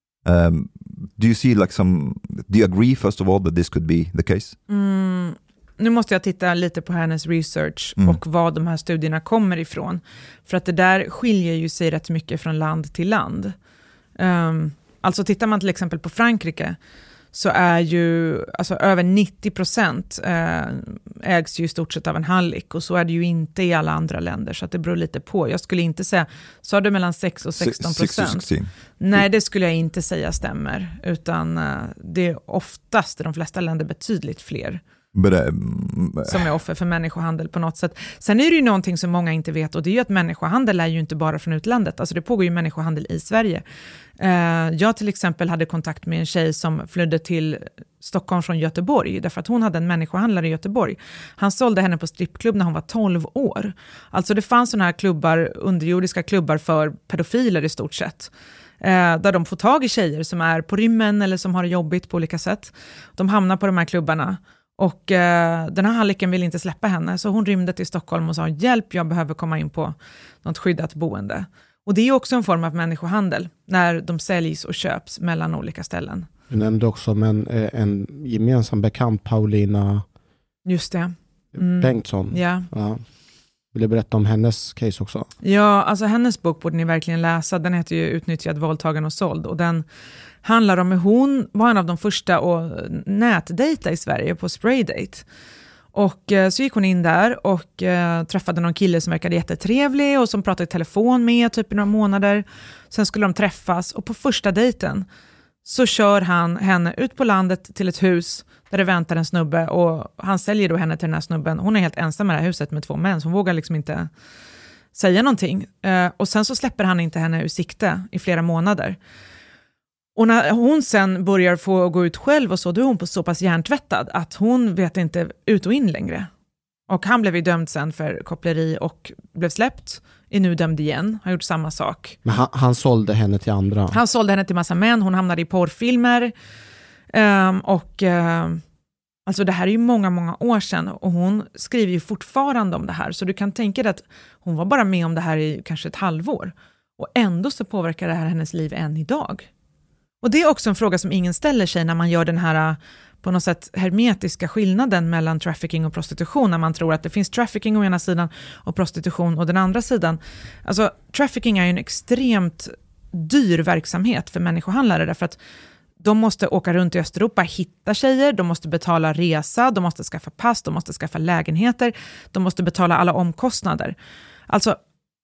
Um, do you see like some, do you agree first of all that this could be the case? Mm. Nu måste jag titta lite på hennes research Mm. och vad de här studierna kommer ifrån. För att det där skiljer ju sig rätt mycket från land till land. Um, alltså tittar man till exempel på Frankrike så är ju alltså över nittio procent äh, ägs ju i stort sett av en hallick. Och så är det ju inte i alla andra länder, så att det beror lite på. Jag skulle inte säga, sa du mellan sex och sexton procent? Nej, det skulle jag inte säga stämmer. Utan äh, det är oftast i de flesta länder betydligt fler. But, um, som är offer för människohandel på något sätt. Sen är det ju någonting som många inte vet, och det är ju att människohandel är ju inte bara från utlandet. Alltså det pågår ju människohandel i Sverige. Uh, jag till exempel hade kontakt med en tjej som flydde till Stockholm från Göteborg, därför att hon hade en människohandlare i Göteborg. Han sålde henne på strippklubb när hon var tolv år. Alltså det fanns sådana här klubbar, underjordiska klubbar för pedofiler i stort sett. Eh, där de får tag i tjejer som är på rymmen eller som har det jobbigt på olika sätt. De hamnar på de här klubbarna. Och eh, den här halliken vill inte släppa henne, så hon rymde till Stockholm och sa hjälp, jag behöver komma in på något skyddat boende. Och det är också en form av människohandel när de säljs och köps mellan olika ställen. Du nämnde också men, en gemensam bekant, Paulina Just det. Mm. Bengtsson. Ja. Ja. Vill du berätta om hennes case också? Ja, alltså hennes bok borde ni verkligen läsa. Den heter ju Utnyttjad, våldtagen och såld. Och den handlar om hur hon var en av de första att nätdejta i Sverige på Spraydate. Och eh, så gick hon in där och eh, träffade någon kille som verkade jättetrevlig och som pratade i telefon med typ i några månader. Sen skulle de träffas och på första dejten så kör han henne ut på landet till ett hus där det väntar en snubbe och han säljer då henne till den här snubben. Hon är helt ensam i det här huset med två män så hon vågar liksom inte säga någonting. Eh, och sen så släpper han inte henne ur sikte i flera månader. Och när hon sen börjar få gå ut själv och så, då är hon på så pass hjärntvättad att hon vet inte ut och in längre. Och han blev ju dömd sen för koppleri och blev släppt. Är nu dömd igen, har gjort samma sak. Men han, han sålde henne till andra? Han sålde henne till massa män, hon hamnade i porrfilmer. Um, och uh, alltså det här är ju många, många år sedan och hon skriver ju fortfarande om det här. Så du kan tänka dig att hon var bara med om det här i kanske ett halvår. Och ändå så påverkar det här hennes liv än idag. Och det är också en fråga som ingen ställer sig när man gör den här på något sätt hermetiska skillnaden mellan trafficking och prostitution. När man tror att det finns trafficking å ena sidan och prostitution å den andra sidan. Alltså trafficking är ju en extremt dyr verksamhet för människohandlare därför att de måste åka runt i Östeuropa, hitta tjejer, de måste betala resa, de måste skaffa pass, de måste skaffa lägenheter, de måste betala alla omkostnader. Alltså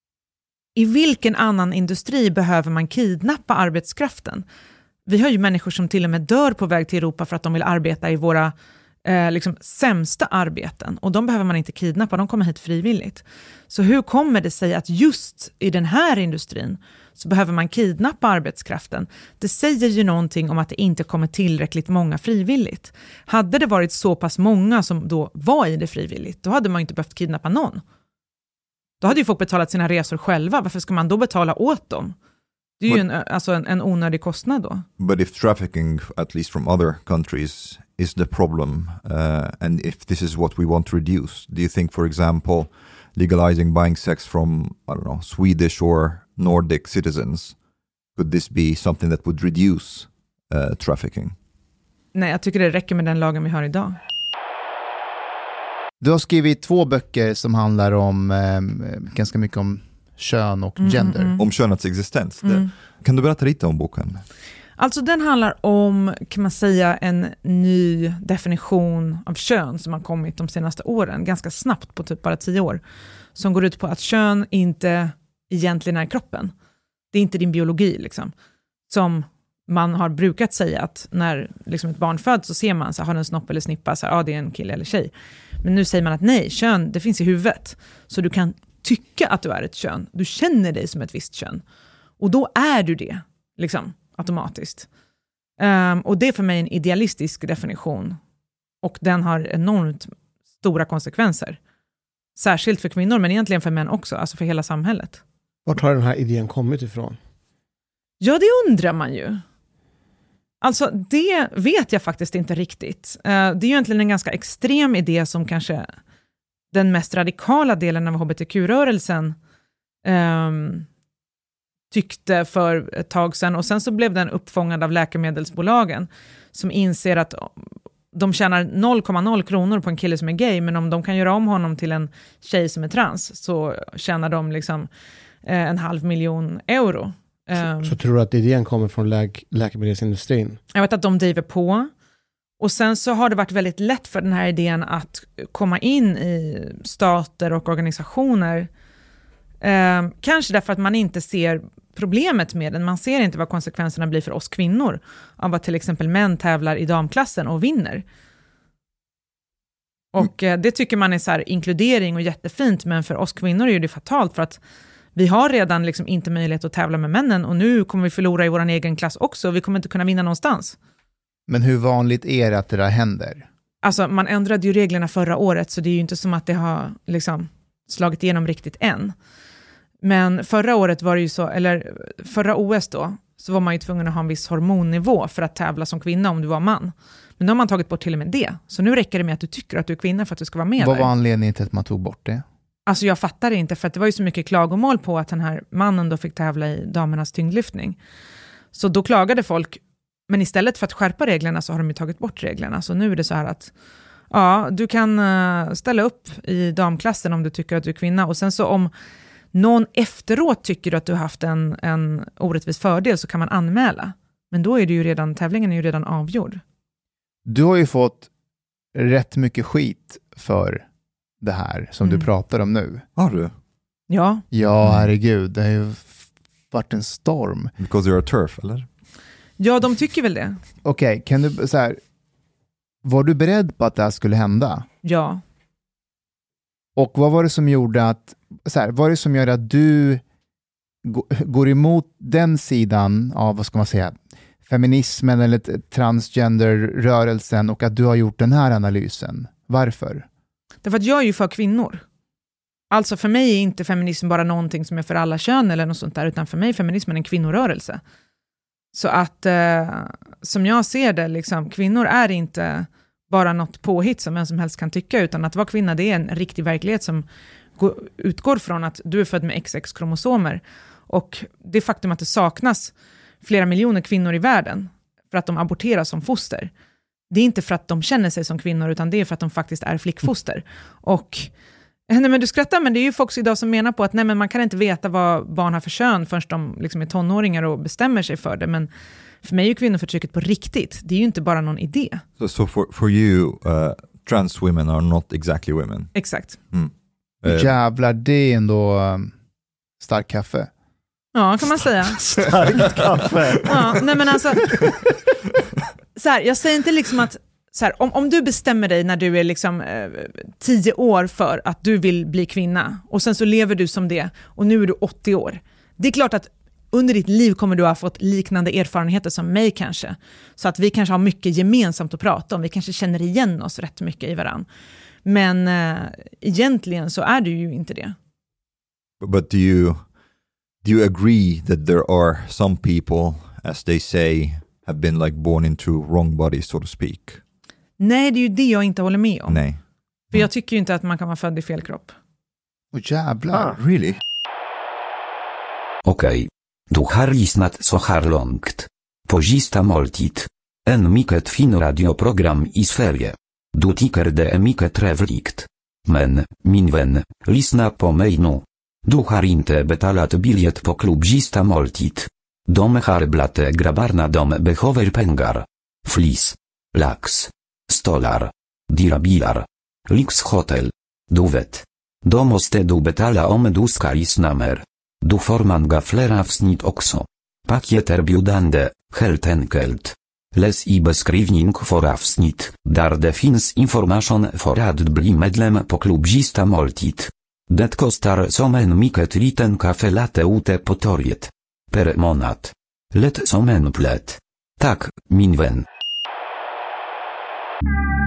i vilken annan industri behöver man kidnappa arbetskraften? Vi har ju människor som till och med dör på väg till Europa för att de vill arbeta i våra eh, liksom, sämsta arbeten. Och de behöver man inte kidnappa, de kommer hit frivilligt. Så hur kommer det sig att just i den här industrin så behöver man kidnappa arbetskraften? Det säger ju någonting om att det inte kommer tillräckligt många frivilligt. Hade det varit så pass många som då var i det frivilligt, då hade man inte behövt kidnappa någon. Då hade ju folk betalat sina resor själva. Varför ska man då betala åt dem? Det är ju en, alltså en, en onödig kostnad då. But if trafficking, at least from other countries, is the problem, uh, and if this is what we want to reduce, do you think, for example, legalizing buying sex from, I don't know, Swedish or Nordic citizens, could this be something that would reduce uh, trafficking? Nej, jag tycker det räcker med den lagen vi har idag. Du har skrivit två böcker som handlar om eh, ganska mycket om kön och mm, gender. Mm. Om könets existens. Mm. Kan du berätta lite om boken? Alltså den handlar om, kan man säga, en ny definition av kön som har kommit de senaste åren, ganska snabbt på typ bara tio år, som går ut på att kön inte egentligen är kroppen. Det är inte din biologi liksom. Som man har brukat säga att när liksom ett barn föds så ser man så har den en snopp eller snippa, så här, ja, det är en kille eller tjej. Men nu säger man att nej, kön, det finns i huvudet. Så du kan tycka att du är ett kön. Du känner dig som ett visst kön. Och då är du det, liksom, automatiskt. Um, och det är för mig en idealistisk definition. Och den har enormt stora konsekvenser. Särskilt för kvinnor, men egentligen för män också. Alltså för hela samhället. Vart har den här idén kommit ifrån? Ja, det undrar man ju. Alltså, det vet jag faktiskt inte riktigt. Uh, det är ju egentligen en ganska extrem idé som kanske den mest radikala delen av H B T Q-rörelsen um, tyckte för ett tag sedan. Och sen så blev den uppfångad av läkemedelsbolagen som inser att de tjänar noll komma noll kronor på en kille som är gay, men om de kan göra om honom till en tjej som är trans så tjänar de liksom eh, en halv miljon euro. Så, så tror du att idén kommer från läk- läkemedelsindustrin? Jag vet att de driver på. Och sen så har det varit väldigt lätt för den här idén att komma in i stater och organisationer. Eh, kanske därför att man inte ser problemet med den. Man ser inte vad konsekvenserna blir för oss kvinnor av att till exempel män tävlar i damklassen och vinner. Och eh, det tycker man är så här inkludering och jättefint, men för oss kvinnor är det fatalt för att vi har redan liksom inte möjlighet att tävla med männen och nu kommer vi förlora i vår egen klass också. Vi kommer inte kunna vinna någonstans. Men hur vanligt är det att det där händer? Alltså man ändrade ju reglerna förra året, så det är ju inte som att det har liksom slagit igenom riktigt än. Men förra året var det ju så, eller förra O S då, så var man ju tvungen att ha en viss hormonnivå för att tävla som kvinna om du var man. Men nu har man tagit bort till och med det. Så nu räcker det med att du tycker att du är kvinna för att du ska vara med. Vad där. var anledningen till att man tog bort det? Alltså jag fattar det inte, för att det var ju så mycket klagomål på att den här mannen då fick tävla i damernas tyngdlyftning. Så då klagade folk, men istället för att skärpa reglerna så har de ju tagit bort reglerna. Så nu är det så här att ja, du kan uh, ställa upp i damklassen om du tycker att du är kvinna. Och sen så om någon efteråt tycker att du har haft en, en orättvis fördel så kan man anmäla. Men då är det ju redan, tävlingen är ju redan avgjord. Du har ju fått rätt mycket skit för det här som Mm. du pratar om nu. Har du? Ja. Ja, herregud. Det har ju varit en storm. Because you're a turf, eller? Ja, de tycker väl det. Okej, okay, kan du så här, var du beredd på att det här skulle hända? Ja. Och vad var det som gjorde att, så här, vad var det som gör att du g- går emot den sidan av, vad ska man säga, feminismen eller transgenderrörelsen och att du har gjort den här analysen? Varför? Därför att jag är ju för kvinnor. Alltså för mig är inte feminism bara någonting som är för alla kön eller något sånt där, utan för mig är feminismen en kvinnorörelse. Så att eh, som jag ser det, liksom, kvinnor är inte bara något påhitt som vem som helst kan tycka, utan att vara kvinna, det är en riktig verklighet som går, utgår från att du är född med X X-kromosomer. Och det faktum att det saknas flera miljoner kvinnor i världen för att de aborteras som foster, det är inte för att de känner sig som kvinnor, utan det är för att de faktiskt är flickfoster. Och nej, men du skrattar, men det är ju folk idag som menar på att nej, men man kan inte veta vad barn har för kön förrän de liksom är tonåringar och bestämmer sig för det. Men för mig är ju kvinnoförtrycket på riktigt. Det är ju inte bara någon idé. So, so for, for you, uh, trans women are not exactly women? Exakt. Mm. Uh, Jävlar, det är ändå um, stark kaffe. Ja, kan man säga. Starkt kaffe. Ja, nej men alltså så här, jag säger inte liksom att så här, om, om du bestämmer dig när du är liksom eh, tio år för att du vill bli kvinna och sen så lever du som det och nu är du åttio år. Det är klart att under ditt liv kommer du ha fått liknande erfarenheter som mig kanske. Så att vi kanske har mycket gemensamt att prata om. Vi kanske känner igen oss rätt mycket i varann. Men eh, egentligen så är det ju inte det. but do you do you agree that there are some people, as they say, have been like born into wrong bodies, so to speak? Nej, det är ju det jag inte håller med om. Nej. För jag tycker ju inte att man kan vara född i fel kropp. Åh jävlar. Ah. Really? Okej. Du har lyssnat så här långt. På Sista måltid. En mycket fin radioprogram i Sverige. Du tycker det är mycket trevligt. Men, min vän, lyssna på mig nu. Du har inte betalat biljett på klubb Sista måltid. De har blate grabbarna, de behöver pengar. Flis. Lax. Stolar. Dirabilar. Lyxhotel. Du vet. Då måste du betala om du ska lyssna mer. Du får många fler avsnitt också. Pakieterbjudande, helt enkelt. Läs i beskrivning för avsnitt, där det finns information för att bli medlem på klubb Sista måltid. Det kostar som en mycket liten kaffelatte ute på torget. Per månad. Lätt som en plätt. Tack, min vän.